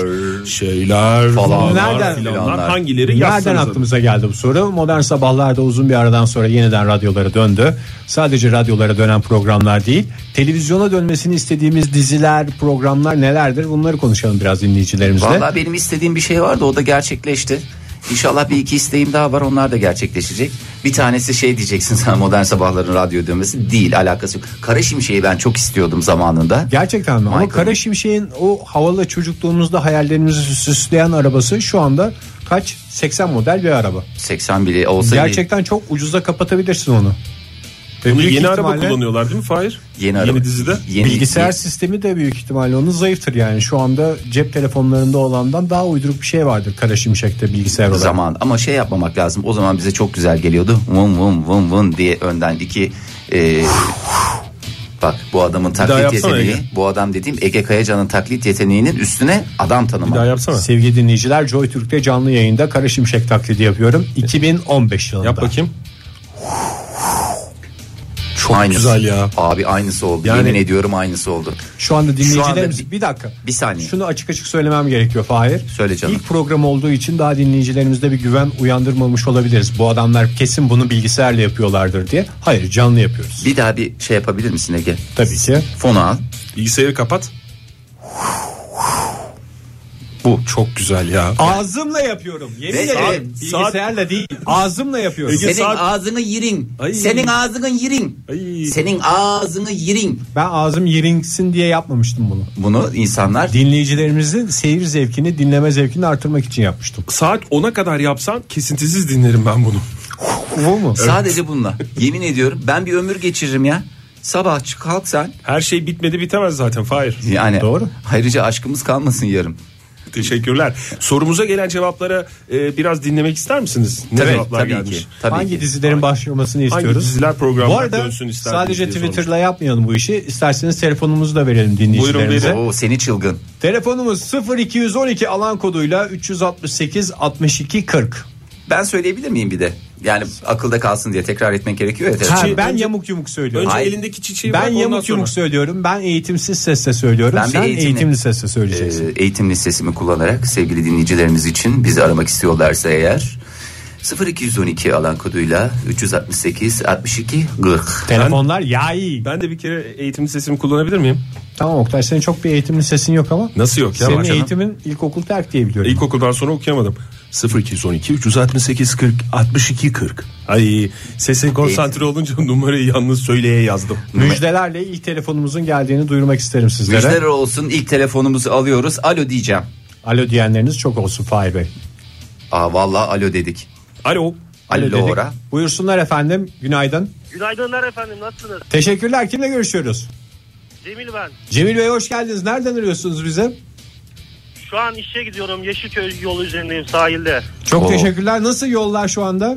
şeyler Falan. falanlar, Nereden- filanlar, hangileri Nereden yazsanız. aklımıza geldi bu soru? Modern Sabahlar'da uzun bir aradan sonra yeniden radyolara döndü. Sadece radyolara dönen programlar değil, televizyona dönmesini istediğimiz diziler, programlar nelerdir? Bunları konuşalım biraz dinleyicilerimizle. Vallahi benim istediğim bir şey vardı, o da gerçekleşti. İnşallah bir iki isteğim daha var, onlar da gerçekleşecek. Bir tanesi şey diyeceksin sen, modern sabahların radyo dönmesi değil, alakası yok. Kara Şimşek'i ben çok istiyordum zamanında. Gerçekten mi? Ama Michael. Kara Şimşek'in o havalı çocukluğumuzda hayallerimizi süsleyen arabası şu anda kaç? seksen model bir araba. seksen bile olsa Gerçekten çok ucuza kapatabilirsin onu. Ve Bunu büyük yeni araba ihtimalle kullanıyorlar değil mi Fahir? yeni, araba. dizide. Yeni, bilgisayar yeni- sistemi de büyük ihtimalle onun zayıftır yani. Şu anda cep telefonlarında olandan daha uyduruk bir şey vardır Kara Şimşek'te bilgisayar olarak. zaman ama şey yapmamak lazım. O zaman bize çok güzel geliyordu. Vın vın vın vın diye önden iki e, bak bu adamın daha taklit yapsana yeteneği. Ege. Bu adam dediğim Ege Kayacan'ın taklit yeteneğinin üstüne adam Bir daha tanımak. yapsana. Sevgili dinleyiciler, Joy Türk'te canlı yayında Kara Şimşek taklidi yapıyorum. iki bin on beş yılında. Yap bakayım. Çok aynısı. güzel ya. Abi aynısı oldu. Yani- Yemin ediyorum aynısı oldu. Şu anda dinleyicilerimiz Şu anda bir dakika. bir saniye. Şunu açık açık söylemem gerekiyor Fahir. Söyle canım. İlk program olduğu için daha dinleyicilerimizde bir güven uyandırmamış olabiliriz. Bu adamlar kesin bunu bilgisayarla yapıyorlardır diye. Hayır, canlı yapıyoruz. Bir daha bir şey yapabilir misin Ege? Tabii ki. Fonu al. Bilgisayarı kapat. Bu çok güzel ya. Ağzımla yapıyorum. Yemin Ve- ederim. saat- Bilgisayarla değil. Ağzımla yapıyorum. Ege- Senin saat- ağzını yirin. Ay. Senin ağzını yirin. Ay. Senin ağzını yirin. Ben ağzım yerinksin diye yapmamıştım bunu. Bunu insanlar Dinleyicilerimizin seyir zevkini, dinleme zevkini artırmak için yapmıştım. Saat ona kadar yapsan kesintisiz dinlerim ben bunu. Bu mu? sadece bununla. Yemin ediyorum ben bir ömür geçiririm ya. Sabah çık kalk sen. Her şey bitmedi bitemez zaten Fahir. Yani Doğru. Ayrıca aşkımız kalmasın yarım. Teşekkürler. Sorumuza gelen cevaplara e, biraz dinlemek ister misiniz? Ne Tabii, cevaplar tabii gelmiş? ki. Tabii Hangi ki. dizilerin başlamasını Hangi istiyoruz? diziler Bu programlar arada dönsün isterdiniz sadece diye sormuş. Twitter'la yapmayalım bu işi. İsterseniz telefonumuzu da verelim dinleyicilerimize. Buyurun, Oo, seni çılgın. Telefonumuz sıfır iki on iki alan koduyla üç yüz altmış sekiz altmış iki kırk. Ben söyleyebilir miyim bir de? Yani akılda kalsın diye tekrar etmek gerekiyor ya. Ha, Çiçeği- ben önce- yamuk yumuk söylüyorum. Önce Hayır. elindeki çiçeği Ben bırak, ondan yamuk sonra. yumuk söylüyorum. Ben eğitimsiz sesle söylüyorum. Ben bir Sen eğitimli- eğitimli sesle söyleyeceksin. Ee, eğitim listesimi kullanarak sevgili dinleyicilerimiz için bizi aramak istiyorlarsa eğer sıfır iki on iki alan koduyla üç yüz altmış sekiz altmış iki kırk. Telefonlar yayi. Ben de bir kere eğitim sesimi kullanabilir miyim? Tamam Oktay, senin çok bir eğitimli sesin yok ama. Nasıl yok ya? Senin Var canım. eğitimin ilkokul terk diye biliyorum. İlkokuldan sonra okuyamadım. sıfır iki on iki üç yüz altmış sekiz kırk altmış iki kırk. Ay, sese konsantre olunca numarayı yalnız söyleye yazdım. Müjdelerle ilk telefonumuzun geldiğini duyurmak isterim sizlere. Müjdeler olsun, ilk telefonumuzu alıyoruz. Alo diyeceğim. Alo diyenleriniz çok olsun Fahir Bey. Aa vallahi alo dedik. Alo. Alo Alo dedik. ora. Buyursunlar efendim. Günaydın. Günaydınlar efendim, nasılsınız? Teşekkürler. Kimle görüşüyoruz? Cemil ben. Cemil Bey hoş geldiniz. Nereden arıyorsunuz bize? Şu an işe gidiyorum, Yeşilköy yolu üzerindeyim, sahilde. Çok Oo. teşekkürler. Nasıl yollar şu anda?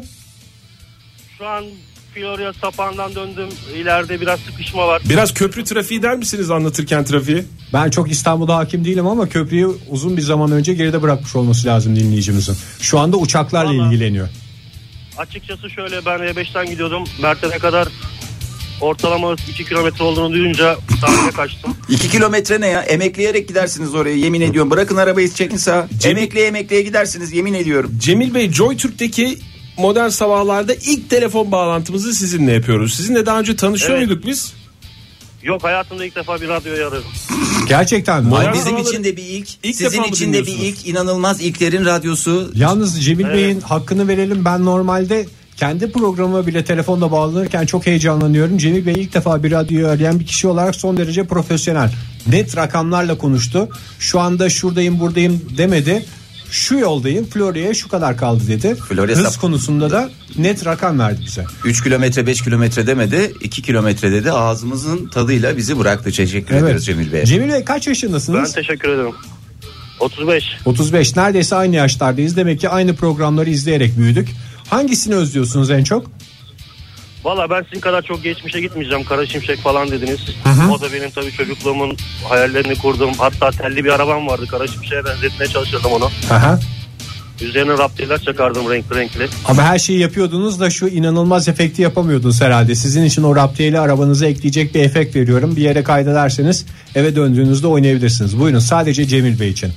Şu an Florya Sapan'dan döndüm, ileride biraz sıkışma var. Biraz köprü trafiği der misiniz anlatırken trafiği? Ben çok İstanbul'da hakim değilim ama köprüyü uzun bir zaman önce geride bırakmış olması lazım dinleyicimizin. Şu anda uçaklarla Vallahi. ilgileniyor. Açıkçası şöyle, ben E beşten gidiyordum, Mert'e kadar ortalama iki kilometre olduğunu duyunca sahile kaçtım. iki kilometre ne ya? Emekleyerek gidersiniz oraya, yemin ediyorum. Bırakın arabayı, çekin sağa. Cemil- Emekleye emekleye gidersiniz, yemin ediyorum. Cemil Bey, Joy Türk'teki Modern Sabahlar'da ilk telefon bağlantımızı sizinle yapıyoruz. Sizinle daha önce tanışıyor Evet. muyduk biz? Yok, hayatımda ilk defa bir radyoyu aradım. Gerçekten mi? Modern Ay, bizim Sabahları için de bir ilk. ilk Sizin defa mı için de bir dinliyorsunuz? ilk. İnanılmaz ilklerin radyosu. Yalnız Cemil Bey'in hakkını verelim. Ben normalde kendi programıma bile telefonla bağlanırken çok heyecanlanıyorum. Cemil Bey ilk defa bir radyoyu arayan bir kişi olarak son derece profesyonel. Net rakamlarla konuştu. Şu anda şuradayım buradayım demedi. Şu yoldayım, Florya'ya şu kadar kaldı dedi. Florya Hız sap- konusunda da net rakam verdi bize. üç kilometre beş kilometre demedi, iki kilometre dedi. Ağzımızın tadıyla bizi bıraktı. Teşekkür ederiz Cemil Bey. Cemil Bey kaç Ben yaşındasınız? teşekkür ederim. otuz beş. otuz beş. Neredeyse aynı yaşlardayız. Demek ki aynı programları izleyerek büyüdük. Hangisini özlüyorsunuz en çok? Valla ben sizin kadar çok geçmişe gitmeyeceğim. Kara Şimşek falan dediniz. O da benim tabii çocukluğumun hayallerini kurduğum, hatta telli bir arabam vardı. Kara Şimşek'e benzetmeye çalışırdım onu. Aha. Üzerine raptiyeler çakardım renkli renkli. Ama her şeyi yapıyordunuz da şu inanılmaz efekti yapamıyordunuz herhalde. Sizin için o raptiyeli arabanıza ekleyecek bir efekt veriyorum. Bir yere kaydederseniz eve döndüğünüzde oynayabilirsiniz. Buyurun, sadece Cemil Bey için.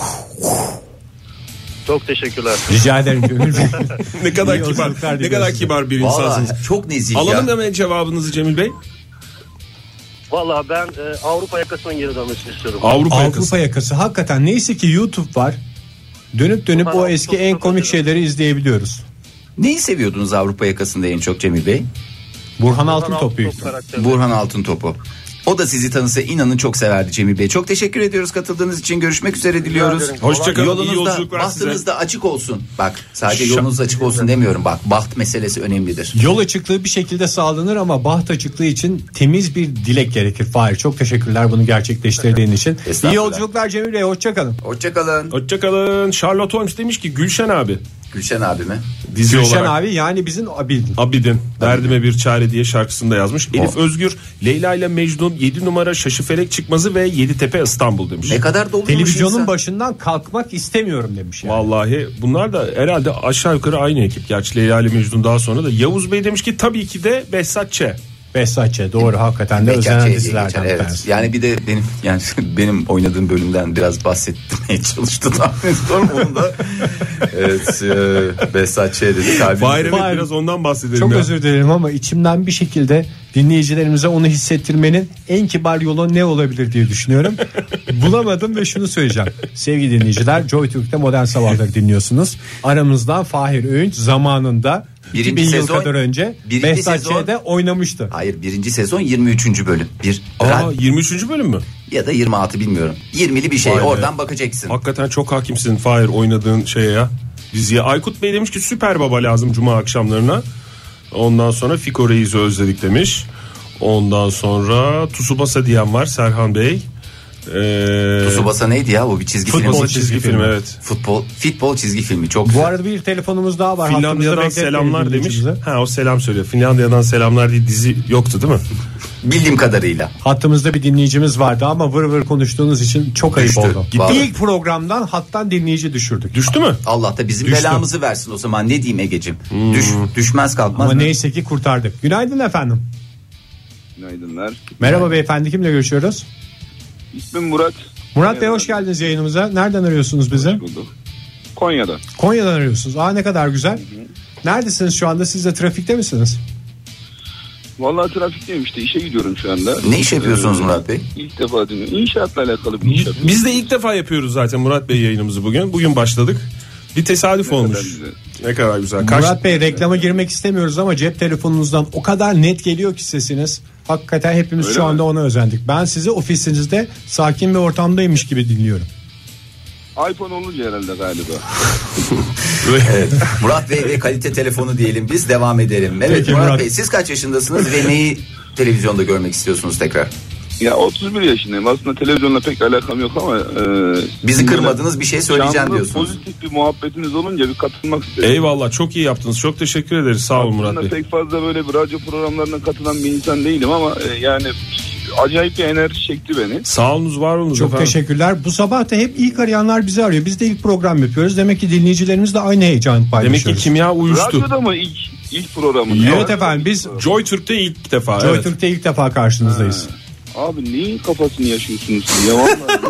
Çok teşekkürler. Rica ederim Cemil Bey. Ne kadar İyi kibar, yolculuklar ne diliyorum kadar size. kibar bir Vallahi insansınız. çok nezih Alalım ya. hemen cevabınızı Cemil Bey. Valla ben e, Avrupa yakasının geri dönmesini istiyorum. Avrupa, Avrupa yakası. yakası. Hakikaten neyse ki YouTube var. Dönüp dönüp Ben o Avrupa eski en yakasını komik seviyorum. şeyleri izleyebiliyoruz. Neyi seviyordunuz Avrupa yakasında en çok Cemil Bey? Burhan Altın Altıntop büyük top ihtimal. karakteri. Burhan Altıntop'u. O da sizi tanısa inanın çok severdi Cemil Bey. Çok teşekkür ediyoruz katıldığınız için. Görüşmek üzere diliyoruz. ederim. Hoşçakalın, iyi Yolunuzda, yolculuklar size. bahtınız da açık olsun. Bak sadece Şa- yolunuz açık olsun demiyorum. Bak baht meselesi önemlidir. Yol açıklığı bir şekilde sağlanır ama baht açıklığı için temiz bir dilek gerekir. Fahir, çok teşekkürler bunu gerçekleştirdiğin için. Estağfurullah. İyi yolculuklar Cemil Bey, hoşçakalın. Hoşçakalın. Hoşçakalın. Charlotte Holmes demiş ki Gülşen abi. Gülşen abi mi? Dizi Gülşen olarak. abi, yani bizim Abidin. Abidin Derdime Bir Çare diye şarkısında yazmış. Elif Özgür Leyla ile Mecnun, yedi numara Şaşıfelek Çıkmazı ve Yeditepe İstanbul demiş. Ne kadar doluymuş Televizyonun insan. başından kalkmak istemiyorum demiş yani. Vallahi bunlar da herhalde aşağı yukarı aynı ekip. Gerçi Leyla ile Mecnun daha sonra da. Yavuz Bey demiş ki tabii ki de Behzat Ç. Behzatçı, doğru, hakikaten de Bekar özlenen Ç diye dizilerden geçer, bir evet. tanesi. Yani bir de benim yani benim oynadığım bölümden biraz bahsetmeye çalıştı tahmin ediyorum onu da. Evet, e, Behzat Ç dedi. Kalbim- Fahir, evet, Fahir, biraz ondan bahsedelim Çok ya. özür dilerim ama içimden bir şekilde dinleyicilerimize onu hissettirmenin en kibar yolu ne olabilir diye düşünüyorum. Bulamadım ve şunu söyleyeceğim. Sevgili dinleyiciler, Joy Türk'te Modern Sabahları dinliyorsunuz. Aramızdan Fahir Öğünç zamanında Birinci iki bin yıl sezon- kadar önce birinci Behzat sezon- Ç'de oynamıştı. Hayır, birinci sezon yirmi üçüncü bölüm. Bir Aa, rad- yirmi üçüncü bölüm mü? ya da yirmi altı bilmiyorum. yirmili bir şey. Vay be. Oradan bakacaksın. Hakikaten çok hakimsin Fahir oynadığın şeye ya. Diziye. Aykut Bey demiş ki Süper Baba lazım cuma akşamlarına. Ondan sonra Fiko Reis'i özledik demiş. Ondan sonra Tsubasa diyen var Serhan Bey. Ee, Tsubasa neydi ya? O bir çizgi film. Futbol çizgi, çizgi film evet. Futbol futbol çizgi filmi çok Bu güzel. arada bir telefonumuz daha var. Finlandiya'dan selamlar demiş. Ha o selam söylüyor. Finlandiya'dan selamlar diye dizi yoktu değil mi? Bildiğim kadarıyla. Hattımızda bir dinleyicimiz vardı ama vır vır konuştuğunuz için çok ayıp Düştü. oldu. Vallahi. İlk programdan hattan dinleyici düşürdük. Düştü mü? Allah da bizim Düştü. belamızı versin o zaman, ne diyeyim Egeciğim. Hmm. Düş, düşmez kalkmaz. Ama mı? neyse ki kurtardık. Günaydın efendim. Günaydınlar. Merhaba beyefendi, kimle görüşüyoruz? İsmim Murat. Murat Bey hoş geldiniz yayınımıza. Nereden arıyorsunuz bizi? Konya'dan. Konya'dan arıyorsunuz. Aa ne kadar güzel. Neredesiniz şu anda? Siz de trafikte misiniz? Vallahi trafikteyim işte, işe gidiyorum şu anda. Ne iş yapıyorsunuz ee, Murat Bey? İlk defa dinliyorum. İnşaatla alakalı bir iş yapıyorum. Biz de ilk defa yapıyoruz zaten Murat Bey yayınımızı bugün. Bugün başladık. Bir tesadüf ne olmuş. Kadar ne kadar güzel. Kaç... Murat Bey reklama girmek istemiyoruz ama cep telefonunuzdan o kadar net geliyor ki sesiniz. Hakikaten hepimiz Öyle şu mi? anda ona özendik. Ben sizi ofisinizde sakin bir ortamdaymış gibi dinliyorum. iPhone olunca herhalde galiba. Evet. Murat Bey ve kalite telefonu diyelim, biz devam edelim. Evet Peki, Murat, Murat Bey, siz kaç yaşındasınız ve neyi televizyonda görmek istiyorsunuz tekrar? Ya otuz bir yaşındayım. Aslında televizyonla pek alakam yok ama e, bizi kırmadınız, bir şey söyleyeceğim diyorsunuz. Pozitif bir muhabbetiniz olunca bir katılmak istedim. Eyvallah, çok iyi yaptınız. Çok teşekkür ederiz. Sağ olun Murat Bey. Pek fazla böyle bir radyo programlarına katılan bir insan değilim ama e, yani acayip bir enerji çekti beni. Sağ olunuz, var olunuz Çok efendim. teşekkürler. Bu sabah da hep ilk arayanlar bizi arıyor. Biz de ilk program yapıyoruz. Demek ki dinleyicilerimiz de aynı heyecan paylaşıyoruz. Demek ki kimya uyuştu. Radyoda mı ilk ilk programı? Evet efendim, biz Joy Türk'te ilk defa. Joy evet. Türk'te ilk defa karşınızdayız. Ha. Abi neyin kafasını yaşıyorsunuz siz ya?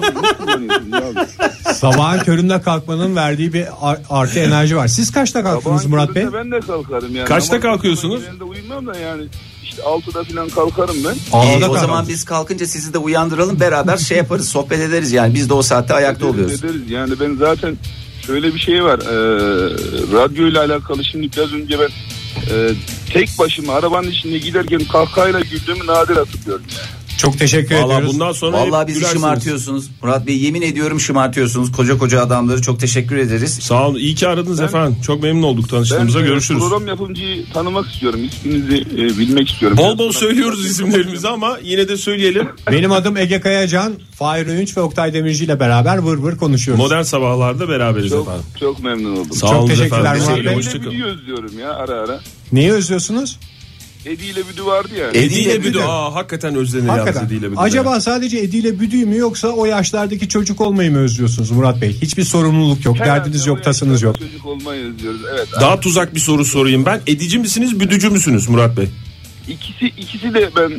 Vallahi sabahın köründe kalkmanın verdiği bir artı enerji var. Siz kaçta kalktınız Murat Bey? Ben de kalkarım yani. Kaçta Ama kalkıyorsunuz? Ben de uyumam da yani işte altıda falan kalkarım ben. Ee, o zaman biz kalkınca sizi de uyandıralım, beraber şey yaparız, sohbet ederiz yani. Biz de o saatte ayakta ederiz, oluyoruz. Ederiz. Yani ben zaten şöyle bir şey var. Ee, radyo ile alakalı şimdi biraz önce ben e, tek başıma arabanın içinde giderken kahkahayla güldüğümü nadir hatırlıyorum yani. Çok teşekkür Vallahi ediyoruz. Bundan sonra Vallahi bizi şımartıyorsunuz. Murat Bey, yemin ediyorum şımartıyorsunuz. Koca koca adamları, çok teşekkür ederiz. Sağ olun. İyi ki aradınız ben, efendim. Çok memnun olduk tanıştığımıza. Ben, görüşürüz. Program yapımcıyı tanımak istiyorum. İsminizi e, bilmek istiyorum. Bol bol söylüyoruz isimlerimizi ama yine de söyleyelim. Benim adım Ege Kayacan, Fahir Öğünç ve Oktay Demirci ile beraber vır vır konuşuyoruz. Modern Sabahlar'da beraberiz çok, efendim. Çok memnun oldum. Sağ olun teşekkürler efendim. Murat Bey. Ediyle Büdü'yü özlüyorum ya ara ara. Neyi özlüyorsunuz? Edi ile Büdü vardı ya. Edi, Edi ile Büdü. Aa, hakikaten özlenir yalnız Edi ile Büdü. Acaba ya. Sadece Edi ile Büdü'yü mü yoksa o yaşlardaki çocuk olmayı mı özlüyorsunuz Murat Bey? Hiçbir sorumluluk yok, herhalde derdiniz yok, tasınız yok. Çocuk olmayı özlüyoruz. Evet. Daha abi. Tuzak bir soru sorayım ben. Edici misiniz, büdücü müsünüz Murat Bey? İkisi ikisi de ben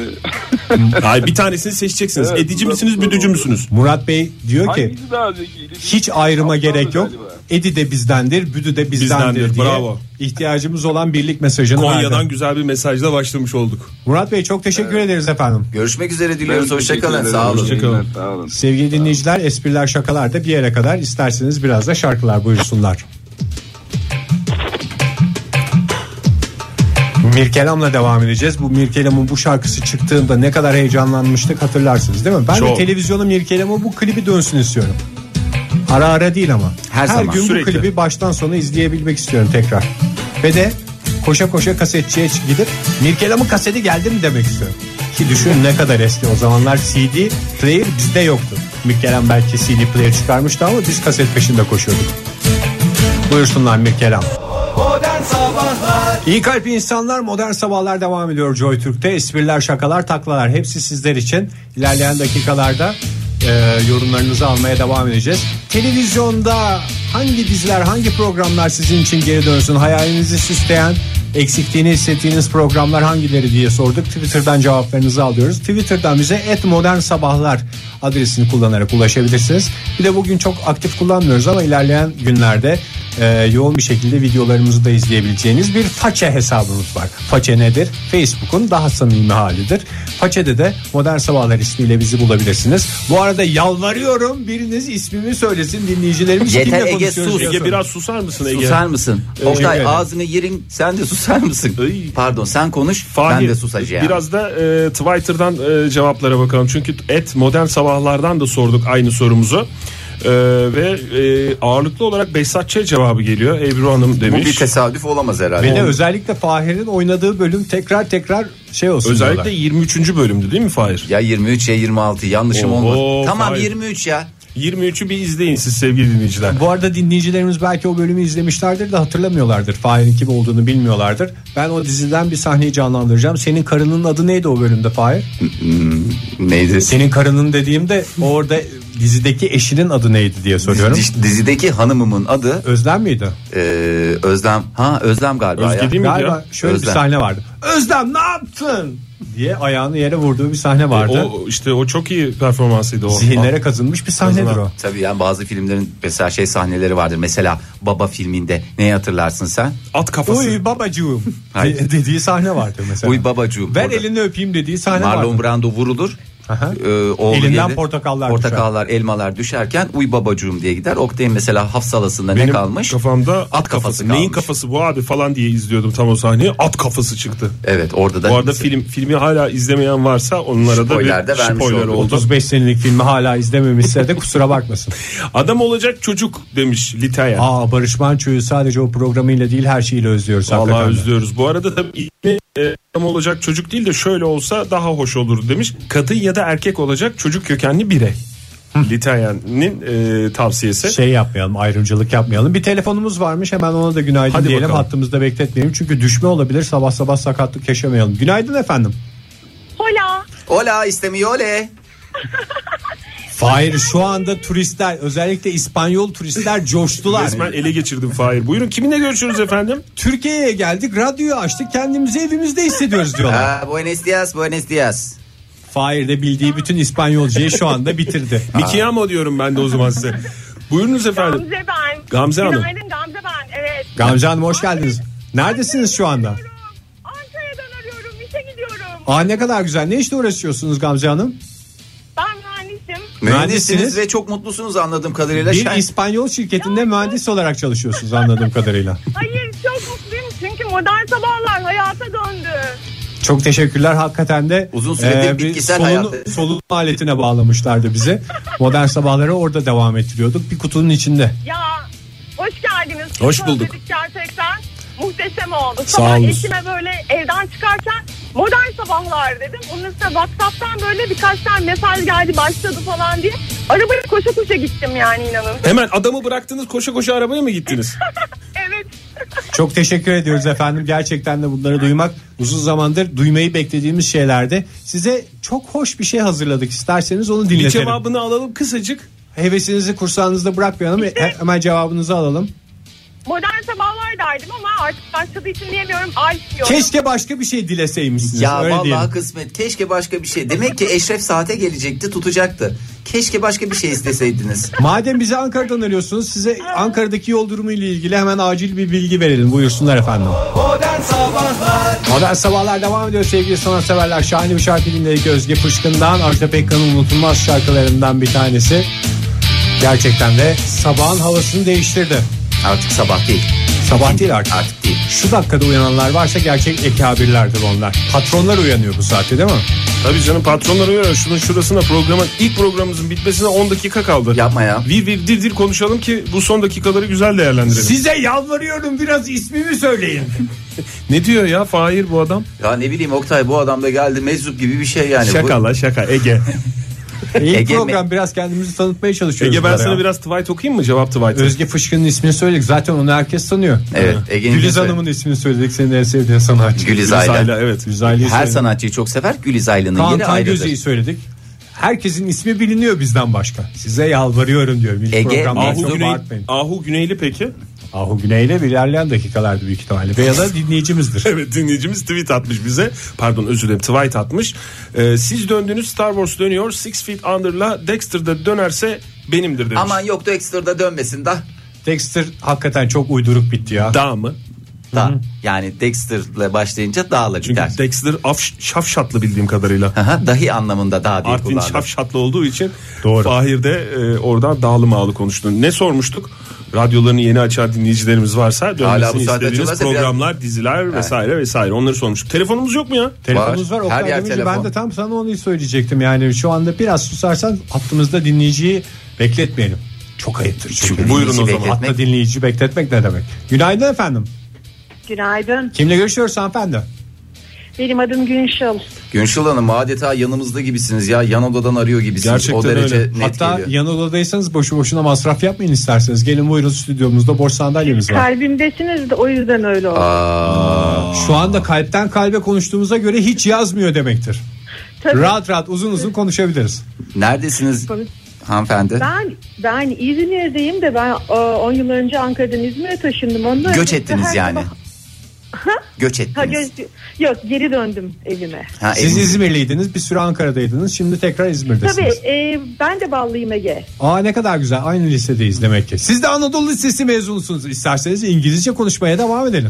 e... Hayır, bir tanesini seçeceksiniz. Evet, Edici misiniz, büdücü müsünüz? Murat Bey diyor ki zekiydi, hiç ayrıma gerek yok. Galiba. Edi de bizdendir, büdü de bizdendir, bizdendir diye. Bravo. İhtiyacımız olan birlik mesajını Konya'dan verdi. Güzel bir mesajla başlamış olduk. Murat Bey çok teşekkür evet. ederiz efendim. Görüşmek üzere diliyoruz. Hoşçakalın. Sağ olun. Hoşçakalın. Sağ olun. Sevgili dinleyiciler, espriler şakalar da bir yere kadar, isterseniz biraz da şarkılar buyursunlar. Mirkelam'la devam edeceğiz. Bu Mirkelam'ın bu şarkısı çıktığında ne kadar heyecanlanmıştık hatırlarsınız değil mi? Ben Çok. de televizyona Mirkelam'ın bu klibi dönsün istiyorum. Ara ara değil ama. Her, Her zaman. gün Sürekli. Bu klibi baştan sona izleyebilmek istiyorum tekrar. Ve de koşa koşa kasetçiye gidip Mirkelam'ın kaseti geldi mi demek istiyorum. Ki düşünün ne kadar eski, o zamanlar C D player bizde yoktu. Mirkelam belki C D player çıkarmıştı ama biz kaset peşinde koşuyorduk. Buyursunlar Mirkelam. Modern Sabahlar. İyi kalpli insanlar, Modern Sabahlar devam ediyor Joy Türk'te. Espriler, şakalar, taklalar hepsi sizler için. İlerleyen dakikalarda e, yorumlarınızı almaya devam edeceğiz. Televizyonda hangi diziler, hangi programlar sizin için geri dönsün? Hayalinizi süsleyen, eksikliğini hissettiğiniz programlar hangileri diye sorduk. Twitter'dan cevaplarınızı alıyoruz. Twitter'dan bize et modern sabahlar adresini kullanarak ulaşabilirsiniz. Bir de bugün çok aktif kullanmıyoruz ama ilerleyen günlerde e, yoğun bir şekilde videolarımızı da izleyebileceğiniz bir Façe hesabımız var. Façe nedir? Facebook'un daha samimi halidir. Façe'de de Modern Sabahlar ismiyle bizi bulabilirsiniz. Bu arada yalvarıyorum, biriniz ismimi söylesin, dinleyicilerimiz Yeter kimle Ege, konuşuyoruz? sus. Ege biraz susar mısın Ege? Susar mısın? Ee, Oktay ağzını yerin, sen de susar mısın? Ay. Pardon, sen konuş, Fahir, ben de susacağım. Biraz da e, Twitter'dan e, cevaplara bakalım. Çünkü et modern sabahlardan da sorduk aynı sorumuzu. Ee, ve e, ağırlıklı olarak Behzat Ç. cevabı geliyor. Ebru Hanım demiş. Bu bir tesadüf olamaz herhalde. Ve de özellikle Fahir'in oynadığı bölüm tekrar tekrar şey olsun Özellikle diyorlar. yirmi üçüncü bölümdü değil mi Fahir? Ya yirmi üç ya yirmi altı yanlışım Oo, olmadı. Tamam Fahir. yirmi üç ya. yirmi üçü bir izleyin siz sevgili dinleyiciler. Bu arada dinleyicilerimiz belki o bölümü izlemişlerdir de hatırlamıyorlardır. Fahir'in kim olduğunu bilmiyorlardır. Ben o diziden bir sahneyi canlandıracağım. Senin karının adı neydi o bölümde Fahir? Neydi? Senin karının dediğimde orada dizideki eşinin adı neydi diye soruyorum. Dizi- dizideki hanımımın adı Özlem miydi? e, Özlem. Ha Özlem galiba Özge ya. değil miydi Galiba ya? şöyle Özlem. bir sahne vardı. Özlem ne yaptın diye ayağını yere vurduğu bir sahne vardı. O işte o çok iyi performansıydı o. Zihinlere kazınmış bir sahnedir o. Tabii yani bazı filmlerin mesela şey sahneleri vardır. Mesela Baba filminde neyi hatırlarsın sen? At kafası. Uy babacığım Hayır. de- dediği sahne vardı mesela. Uy babacığım. Ver Orada elini öpeyim dediği sahne Marlon vardı. Brando vurulur. Aha. Ee, oğlu Elinden gelir. portakallar portakallar elmalar düşerken uy babacığım diye gider. Oktay'ın mesela hafsalasında ne Benim kalmış? kafamda at, kafası kafası. kalmış. Neyin kafası bu abi falan diye izliyordum tam o sahneyi. At kafası çıktı. Evet orada da. Bu arada film filmi hala izlemeyen varsa onlara da Spoiler bir de vermiş spoiler olduk. oldu. otuz beş senelik filmi hala izlememişse de kusura bakmasın. Adam olacak çocuk demiş Litaya. Aa Barış Manço'yu sadece o programıyla değil her şeyiyle özlüyoruz. Vallahi hakikaten de. özlüyoruz. Bu arada tabii ismi, e, adam olacak çocuk değil de şöyle olsa daha hoş olur demiş. Kadın ya da erkek olacak çocuk kökenli birey. Litayen'in e, tavsiyesi. Şey yapmayalım, ayrımcılık yapmayalım. Bir telefonumuz varmış, hemen ona da günaydın Hadi diyelim. bakalım. Hattımızda bekletmeyelim çünkü düşme olabilir, sabah sabah sakatlık yaşamayalım. Günaydın efendim. Hola. Ola istemiyor ole. Fahir, şu anda turistler, özellikle İspanyol turistler coştular. Resmen ele geçirdim Fahir. Buyurun kiminle görüşürüz efendim? Türkiye'ye geldik, radyoyu açtık, kendimizi evimizde hissediyoruz diyorlar. Ha, buenos dias, buenos dias. Fahir de bildiği bütün İspanyolcayı şu anda bitirdi. Mikiyamo diyorum ben de o zaman size. Buyurunuz efendim. Gamze ben. Gamze Hanım. Günaydın Gamze ben. Evet. Gamze Hanım hoş geldiniz. Neredesiniz şu anda? Ankara'dan arıyorum. İşe gidiyorum. Aa ne kadar güzel. Ne işle uğraşıyorsunuz Gamze Hanım? Ben mühendisim. Mühendisiniz Mühendisiniz. ve çok mutlusunuz anladığım kadarıyla. Bir Şen- İspanyol şirketinde mühendis olarak çalışıyorsunuz anladığım kadarıyla. Hayır çok mutluyum çünkü modern sabahlar hayata döndü. Çok teşekkürler hakikaten de. Uzun süredir bir bitkisel solunum- hayatı. Solunum aletine bağlamışlardı bizi. Modern sabahları orada devam ettiriyorduk. Bir kutunun içinde. Ya hoş geldiniz. Hoş Çok bulduk. özledik gerçekten. Muhteşem oldu. Sağ Sabah olun. eşime böyle evden çıkarken modern sabahlar dedim. Onun üstüne WhatsApp'tan böyle birkaç tane mesaj geldi başladı falan diye. Arabaya koşa koşa gittim yani inanın. Hemen adamı bıraktınız koşa koşa arabaya mı gittiniz? Evet. Çok teşekkür ediyoruz efendim. Gerçekten de bunları duymak uzun zamandır duymayı beklediğimiz şeylerdi. Size çok hoş bir şey hazırladık. İsterseniz onu Bir dinletelim. cevabını alalım kısacık. Hevesinizi kursağınızda bırakmayalım. He- Hemen cevabınızı alalım. Modern sabahlar derdim ama artık başladığı için diyemiyorum. Ay diyorum. Keşke başka bir şey dileseymişsiniz. Ya öyle vallahi diyelim. kısmet. Keşke başka bir şey. Demek ki Eşref saate gelecekti, tutacaktı. Keşke başka bir şey isteseydiniz. Madem bizi Ankara'dan arıyorsunuz, size Ankara'daki yol durumu ile ilgili hemen acil bir bilgi verelim. Buyursunlar efendim. Modern Sabahlar. Modern Sabahlar devam ediyor sevgili sanatseverler. Şahane bir şarkı dinledik Özge Pışkın'dan. Ajda Pekkan'ın unutulmaz şarkılarından bir tanesi. Gerçekten de sabahın havasını değiştirdi. Artık sabah değil. Sabah değil artık. Artık değil. Şu dakikada uyananlar varsa gerçek ekabirlerdir onlar. Patronlar uyanıyor bu saatte değil mi? Tabii canım patronlar uyuyor. Şunun şurasına programın ilk programımızın bitmesine on dakika kaldı. Yapma ya. Bir bir dir dir konuşalım ki bu son dakikaları güzel değerlendirelim. Size yalvarıyorum, biraz ismimi söyleyin. Ne diyor ya Fahir bu adam? Ya ne bileyim Oktay, bu adam da geldi meczup gibi bir şey yani. Şaka la şaka Ege. İlk Ege program mi? biraz kendimizi tanıtmaya çalışıyoruz. Ege ben burada sana ya. biraz tweet okuyayım mı? Cevap tweet. Özge Fışkın'ın ismini söyledik. Zaten onu herkes tanıyor. Evet, Ege'nin Güliz ismi- Hanım'ın ismini söyledik. Senin en sevdiğin sanatçı. Güliz Ayla, Ayla. evet. Güliz Ayla'yı Her söyledik. sanatçıyı çok sever. Güliz Ayla'nın Kaan yeri ayrıdır. Tangöze'yi söyledik. Herkesin ismi biliniyor bizden başka. Size yalvarıyorum diyorum. İlk Ege, programda Ahu, aslında Güney, bağırtmayın. Ahu Güneyli peki? Ahu Güney'le bir ilerleyen dakikalarda büyük ihtimalle. Veya da dinleyicimizdir. Evet dinleyicimiz tweet atmış bize. Pardon özür dilerim tweet atmış. Ee, siz döndünüz Star Wars dönüyor. Six Feet Under'la Dexter'da dönerse benimdir demiş. Aman yok da Dexter'da dönmesin da. Dexter hakikaten çok uyduruk bitti ya. Dağ mı? Da. Yani Dexter'la başlayınca dağla Çünkü biter. Dexter af, şafşatlı bildiğim kadarıyla. Aha, dahi anlamında dağ diye Artvin kullandım. şafşatlı olduğu için Doğru. Fahir de e, oradan dağlı mağlı konuştu. Ne sormuştuk? Radyolarını yeni açan dinleyicilerimiz varsa Hala bu dönmesini saatte istediğiniz açılırsa programlar, diziler vesaire vesaire onları sormuştuk. Telefonumuz yok mu ya? Telefonumuz var. Var. Oktay Her yer demince telefon. ben de tam sana onu söyleyecektim. Yani şu anda biraz susarsan hattımızda dinleyiciyi bekletmeyelim. Çok ayıptır. Çünkü Çünkü. Buyurun o zaman. bekletmek- Hatta dinleyici bekletmek ne demek? Günaydın efendim. Günaydın. Kimle görüşüyoruz hanımefendi? Benim adım Günşal. Günşil Hanım adeta yanımızda gibisiniz ya, yan odadan arıyor gibisiniz. Gerçekten o derece öyle. net Hatta geliyor. yan odadaysanız boşu boşuna masraf yapmayın isterseniz. Gelin buyurun, stüdyomuzda boş sandalyemiz var. Kalbimdesiniz de o yüzden öyle oldu. Aa, Şu anda kalpten kalbe konuştuğumuza göre hiç yazmıyor demektir. Tabii. Rahat rahat uzun uzun konuşabiliriz. neredesiniz hanımefendi? Ben ben İzmir'deyim de ben e, on yıl önce Ankara'dan İzmir'e taşındım. Ondan Göç önce ettiniz her yani. sabah- Göç Ha, ettiniz. göç, yok geri döndüm evime. Ha, Siz eviniz- İzmirliydiniz, bir süre Ankara'daydınız, şimdi tekrar İzmir'desiniz. Tabii e, ben de Ballıyım Ege. Aa, ne kadar güzel, aynı lisedeyiz demek ki. Siz de Anadolu Lisesi mezunusunuz. İsterseniz İngilizce konuşmaya devam edelim.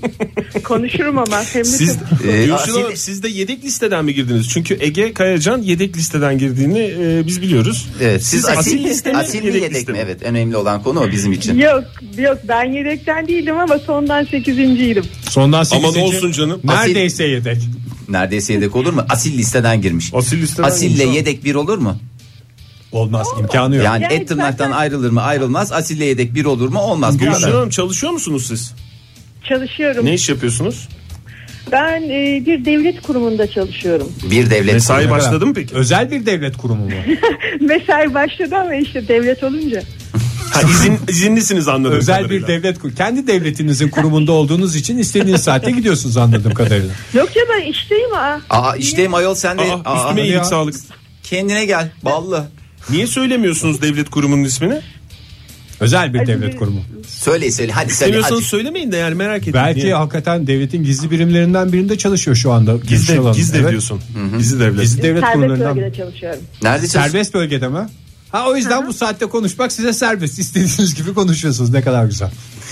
Konuşurum ama. Hem de Siz, çok- Ee, Gülşen asil- Hanım, siz de yedek listeden mi girdiniz? Çünkü Ege Kayacan yedek listeden girdiğini e, biz biliyoruz. Evet, siz, Siz asil, asil liste mi, asil mi yedek yedek liste mi? mi? Evet, önemli olan konu o bizim için. Yok yok ben yedekten değildim ama sondan sekizinciydim. Sondan sekizinci Aman olsun canım. Neredeyse yedek. Neredeyse yedek olur mu? Asil listeden girmiş. Asil listeden Asille girmiş. yedek bir olur mu? Olmaz, imkanı yok. Yani Yani et tırnaktan zaten- ayrılır mı? Ayrılmaz. Asille yedek bir olur mu? Olmaz. Bu Gülşen kadar. Hanım, çalışıyor musunuz siz? Çalışıyorum. Ne iş yapıyorsunuz? Ben e, bir devlet kurumunda çalışıyorum. Bir devlet Mesai kurumu. başladı mı peki? Özel bir devlet kurumu mu? Mesai başladı ama işte devlet olunca. Ha, izin, izinlisiniz anladığım Özel kadarıyla. bir devlet kurumu. Kendi devletinizin kurumunda olduğunuz için istediğiniz saatte gidiyorsunuz anladığım kadarıyla. Yok ya ben işteyim ha. Aa işteyim ayol sen de. Aa, Aa, üstüme iyilik ya. sağlık. kendine gel. Ballı. Niye söylemiyorsunuz devlet kurumunun ismini? Özel bir Hadi devlet bir- kurumu. Söyle söyle hadi söyle. İstemiyorsanız Hadi. söylemeyin de yani merak ettim. Belki Niye? hakikaten devletin gizli birimlerinden birinde çalışıyor şu anda. Gizli, Gizli olan. gizli Evet. diyorsun. Gizli devlet. Gizli devlet Serbest kurumlarından. bölgede çalışıyorum. Nerede çalışıyorsun? Serbest bölgede mi? Ha, o yüzden bu saatte konuşmak size serbest. İstediğiniz gibi konuşuyorsunuz. Ne kadar güzel.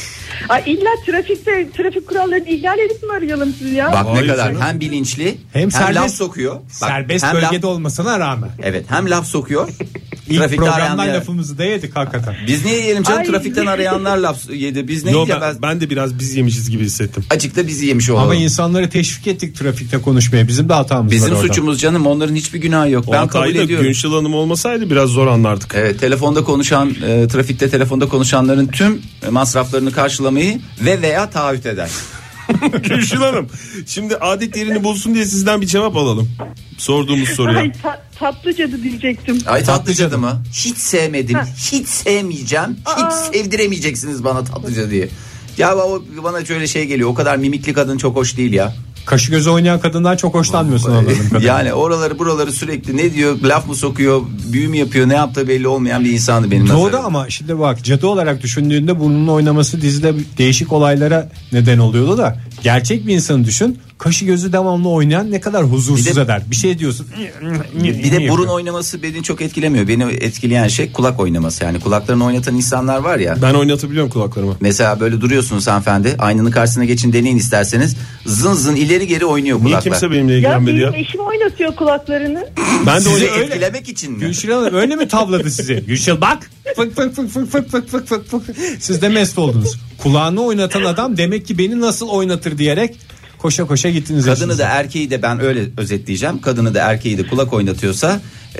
Ay illa trafikte trafik kurallarını ihlal edip mi arayalım sizi ya? Bak Hayır ne kadar canım. hem bilinçli Hem hem, serbest- laf sokuyor. Bak, Serbest hem bölgede laf, olmasına rağmen. evet hem laf sokuyor. İlk Trafikte programdan arayanlar- lafımızı da yedik hakikaten. Biz niye yiyelim canım Ay. trafikten arayanlar laf yedi. Biz ne Yo, yiyeceğiz? ben, ben de biraz biz yemişiz gibi hissettim. Acık da bizi yemiş olalım. Ama insanları teşvik ettik trafikte konuşmaya. Bizim de hatamız Bizim var orada. suçumuz canım, onların hiçbir günahı yok. O ben kabul hatayı da ediyorum. Günşil Hanım olmasaydı biraz zor anlardık. Evet, telefonda konuşan, e, trafikte telefonda konuşanların tüm e, masraflarını karşılamayı ve veya taahhüt eder. Günşil Hanım, şimdi adet yerini bulsun diye sizden bir cevap alalım. Sorduğumuz soruya. Ay ta- tatlı cadı diyecektim. Ay tatlıcadı mı? Hiç sevmedim. Hiç sevmeyeceğim. Hiç sevdiremeyeceksiniz bana tatlıca diye. Ya o bana şöyle şey geliyor. O kadar mimikli kadın çok hoş değil ya. Kaşı gözü oynayan kadından çok hoşlanmıyorsun anladığım kadarıyla. Yani oraları buraları sürekli ne diyor, laf mı sokuyor, büyü mü yapıyor, ne yaptığı belli olmayan bir insanı benim Doğru nazarımda. ama şimdi bak, cadı olarak düşündüğünde burnunun oynaması dizide değişik olaylara neden oluyordu da gerçek bir insanı düşün, kaşı gözü devamlı oynayan ne kadar huzursuz Bir de- eder. Bir şey diyorsun. Bir de burun oynaması beni çok etkilemiyor. Beni etkileyen şey kulak oynaması. Yani kulaklarını oynatan insanlar var ya. Ben oynatabiliyorum kulaklarımı. Mesela böyle duruyorsunuz hanımefendi. Aynanın karşısına geçin, deneyin isterseniz. Zın zın ileri geri oynuyor Niye kulaklar. kimse benimle Ya ilgilenmedi benim ya? eşim oynatıyor kulaklarını. Ben de Sizi öyle etkilemek için mi? Gülşin Hanım öyle mi tavladı sizi? Gülşin bak. Fık fık fık fık fık fık fık fık fık. Siz de mest oldunuz. Kulağını oynatan adam demek ki beni nasıl oynatır diyerek koşa koşa gittiniz. Kadını eşinize. da erkeği de ben öyle özetleyeceğim. Kadını da erkeği de kulak oynatıyorsa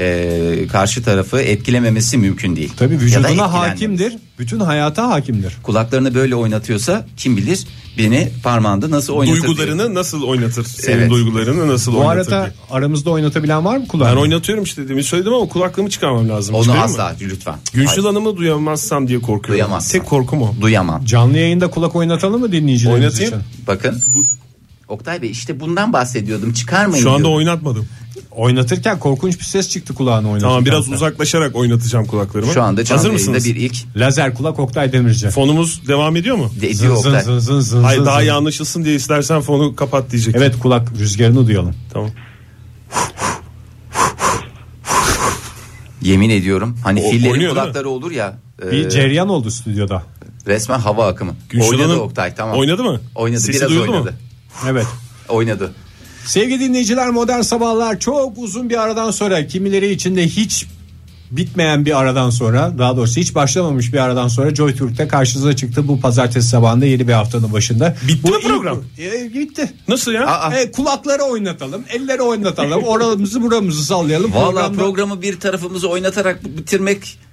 e, karşı tarafı etkilememesi mümkün değil. Tabii Ya da vücuduna etkilenmemesi. hakimdir. Bütün hayata hakimdir. Kulaklarını böyle oynatıyorsa kim bilir beni parmağında nasıl oynatır. duygularını diyor. nasıl oynatır? Senin Evet. duygularını nasıl Bu oynatır arada diye. aramızda oynatabilen var mı kulağını? Ben oynatıyorum işte demin söyledim ama kulaklığımı çıkarmam lazım. Onu Çıkarayım asla mı? lütfen. Günşil Hayır, Hanım'ı duyamazsam diye korkuyorum. Duyamazsın. Tek korkum o. duyamam. Canlı yayında kulak oynatalım mı dinleyicilerimiz Oynatayım. için? Bakın. Oktay Bey işte bundan bahsediyordum. Çıkarmayın Şu anda diyorum. oynatmadım. Oynatırken korkunç bir ses çıktı kulağına oynatırken. Tamam, biraz uzaklaşarak oynatacağım kulaklarımı. Şu anda canlı Hazır yayında mısınız? bir ilk Lazer kulak Oktay Demirci. Fonumuz devam ediyor mu? de Zın ediyor zın Oktay. zın zın zın Hayır, zın daha zın. iyi anlaşılsın diye istersen fonu kapat diyecek. Evet, kulak rüzgarını duyalım. Tamam. Yemin ediyorum hani O- fillerin oynuyor değil kulakları olur ya. Bir e, cereyan oldu stüdyoda. resmen hava akımı. Gülşen Oynadı Hanım Oktay tamam. oynadı mı? Oynadı Sesi biraz duyuldu mu? oynadı. Evet. Oynadı. Sevgili dinleyiciler, modern sabahlar çok uzun bir aradan sonra, kimileri için de hiç bitmeyen bir aradan sonra, daha doğrusu hiç başlamamış bir aradan sonra Joy Türk'te karşınıza çıktı bu pazartesi sabahında yeni bir haftanın başında. Bitti bu mi ilk- program? E, bitti. Nasıl ya? Aa, E, kulakları oynatalım, elleri oynatalım, oramızı buramızı sallayalım. Vallahi Programda- programı bir tarafımızı oynatarak bitirmek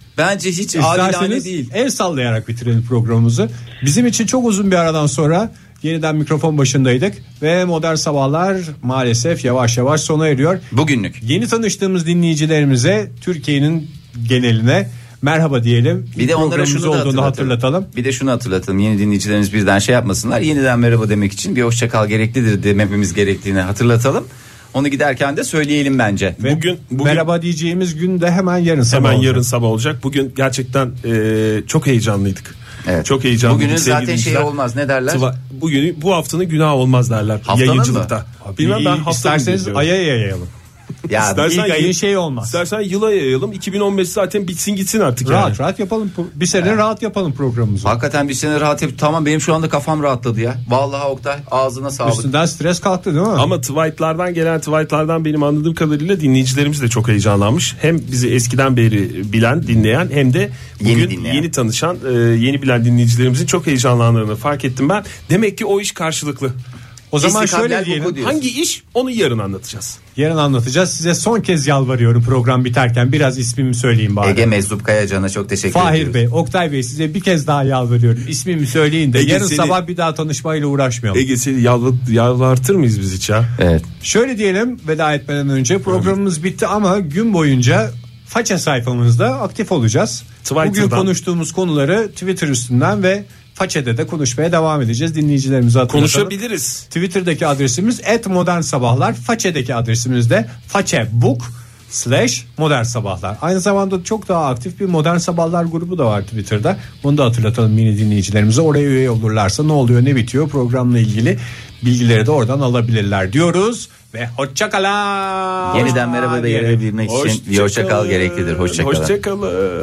Bence hiç adilane İsterseniz değil. el sallayarak bitirelim programımızı. Bizim için çok uzun bir aradan sonra yeniden mikrofon başındaydık ve Modern Sabahlar maalesef yavaş yavaş sona eriyor. Bugünlük. Yeni tanıştığımız dinleyicilerimize, Türkiye'nin geneline merhaba diyelim. Bir de onlara Programımız şunu da olduğunu hatırlatalım. hatırlatalım. Bir de şunu hatırlatalım. Yeni dinleyicilerimiz birden şey yapmasınlar. Yeniden merhaba demek için bir hoşça kal gereklidir dememiz gerektiğini hatırlatalım. Onu giderken de söyleyelim bence. Ve Bugün, bugün merhaba diyeceğimiz gün de hemen yarın sabah hemen olacak. yarın sabah olacak. Bugün gerçekten e, çok heyecanlıydık. Evet. Çok heyecanlıydık. Bugünün sevgili zaten şeyi dinleyiciler. olmaz, ne derler? Tıva- Bugünü bu haftanın günahı olmaz derler. Haftanın Yayıncılıkta. mı? Bilmem ben İyi, haftanın İsterseniz diyorum. aya yayalım. Ya İstersen İlk ayın yıl- şey olmaz. İstersen yıla yayalım. iki bin on beş zaten bitsin gitsin artık Rahat yani. rahat yapalım. Bir sene rahat yapalım programımızı. hakikaten bir sene rahat yap. Tamam, benim şu anda kafam rahatladı ya. Vallahi Oktay, ağzına sağlık. Üstünden stres kalktı değil mi? Ama tweetlerden gelen tweetlerden benim anladığım kadarıyla dinleyicilerimiz de çok heyecanlanmış. Hem bizi eskiden beri bilen, dinleyen hem de bugün Yeni yeni, dinleyen. tanışan, e, yeni bilen dinleyicilerimizin çok heyecanlandığını fark ettim ben. Demek ki o iş karşılıklı. O zaman İstiklal şöyle hukuku diyelim. diyorsun. Hangi iş? Onu yarın anlatacağız. Yarın anlatacağız. Size son kez yalvarıyorum program biterken. Biraz ismimi söyleyeyim bari. Ege Meczup Kayacan'a çok teşekkür Fahir ediyoruz. Bey, Oktay Bey, size bir kez daha yalvarıyorum. İsmimi söyleyin de Ege yarın seni- sabah bir daha tanışmayla uğraşmayalım. Ege seni yalvar, yalvartır mıyız biz hiç ya? Evet. Şöyle diyelim, veda etmeden önce programımız bitti ama gün boyunca Faça sayfamızda aktif olacağız. Twitter'dan. Bugün konuştuğumuz konuları Twitter üstünden ve Faça'da da konuşmaya devam edeceğiz. Dinleyicilerimize hatırlatalım. Konuşabiliriz. Twitter'daki adresimiz et modern sabahlar. Faça'daki adresimiz de facebook slash modern sabahlar. Aynı zamanda çok daha aktif bir modern sabahlar grubu da var Twitter'da. Bunu da hatırlatalım yeni dinleyicilerimize. Oraya üye olurlarsa ne oluyor ne bitiyor programla ilgili bilgileri de oradan alabilirler diyoruz. Ve hoşça kalın. Yeniden merhaba da gelebilmek için bir hoşça kal gereklidir. Hoşça kalın. Hoşça kalın.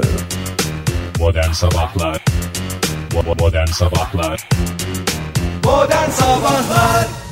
Modern Sabahlar Bo- Modern Sabahlar Modern Sabahlar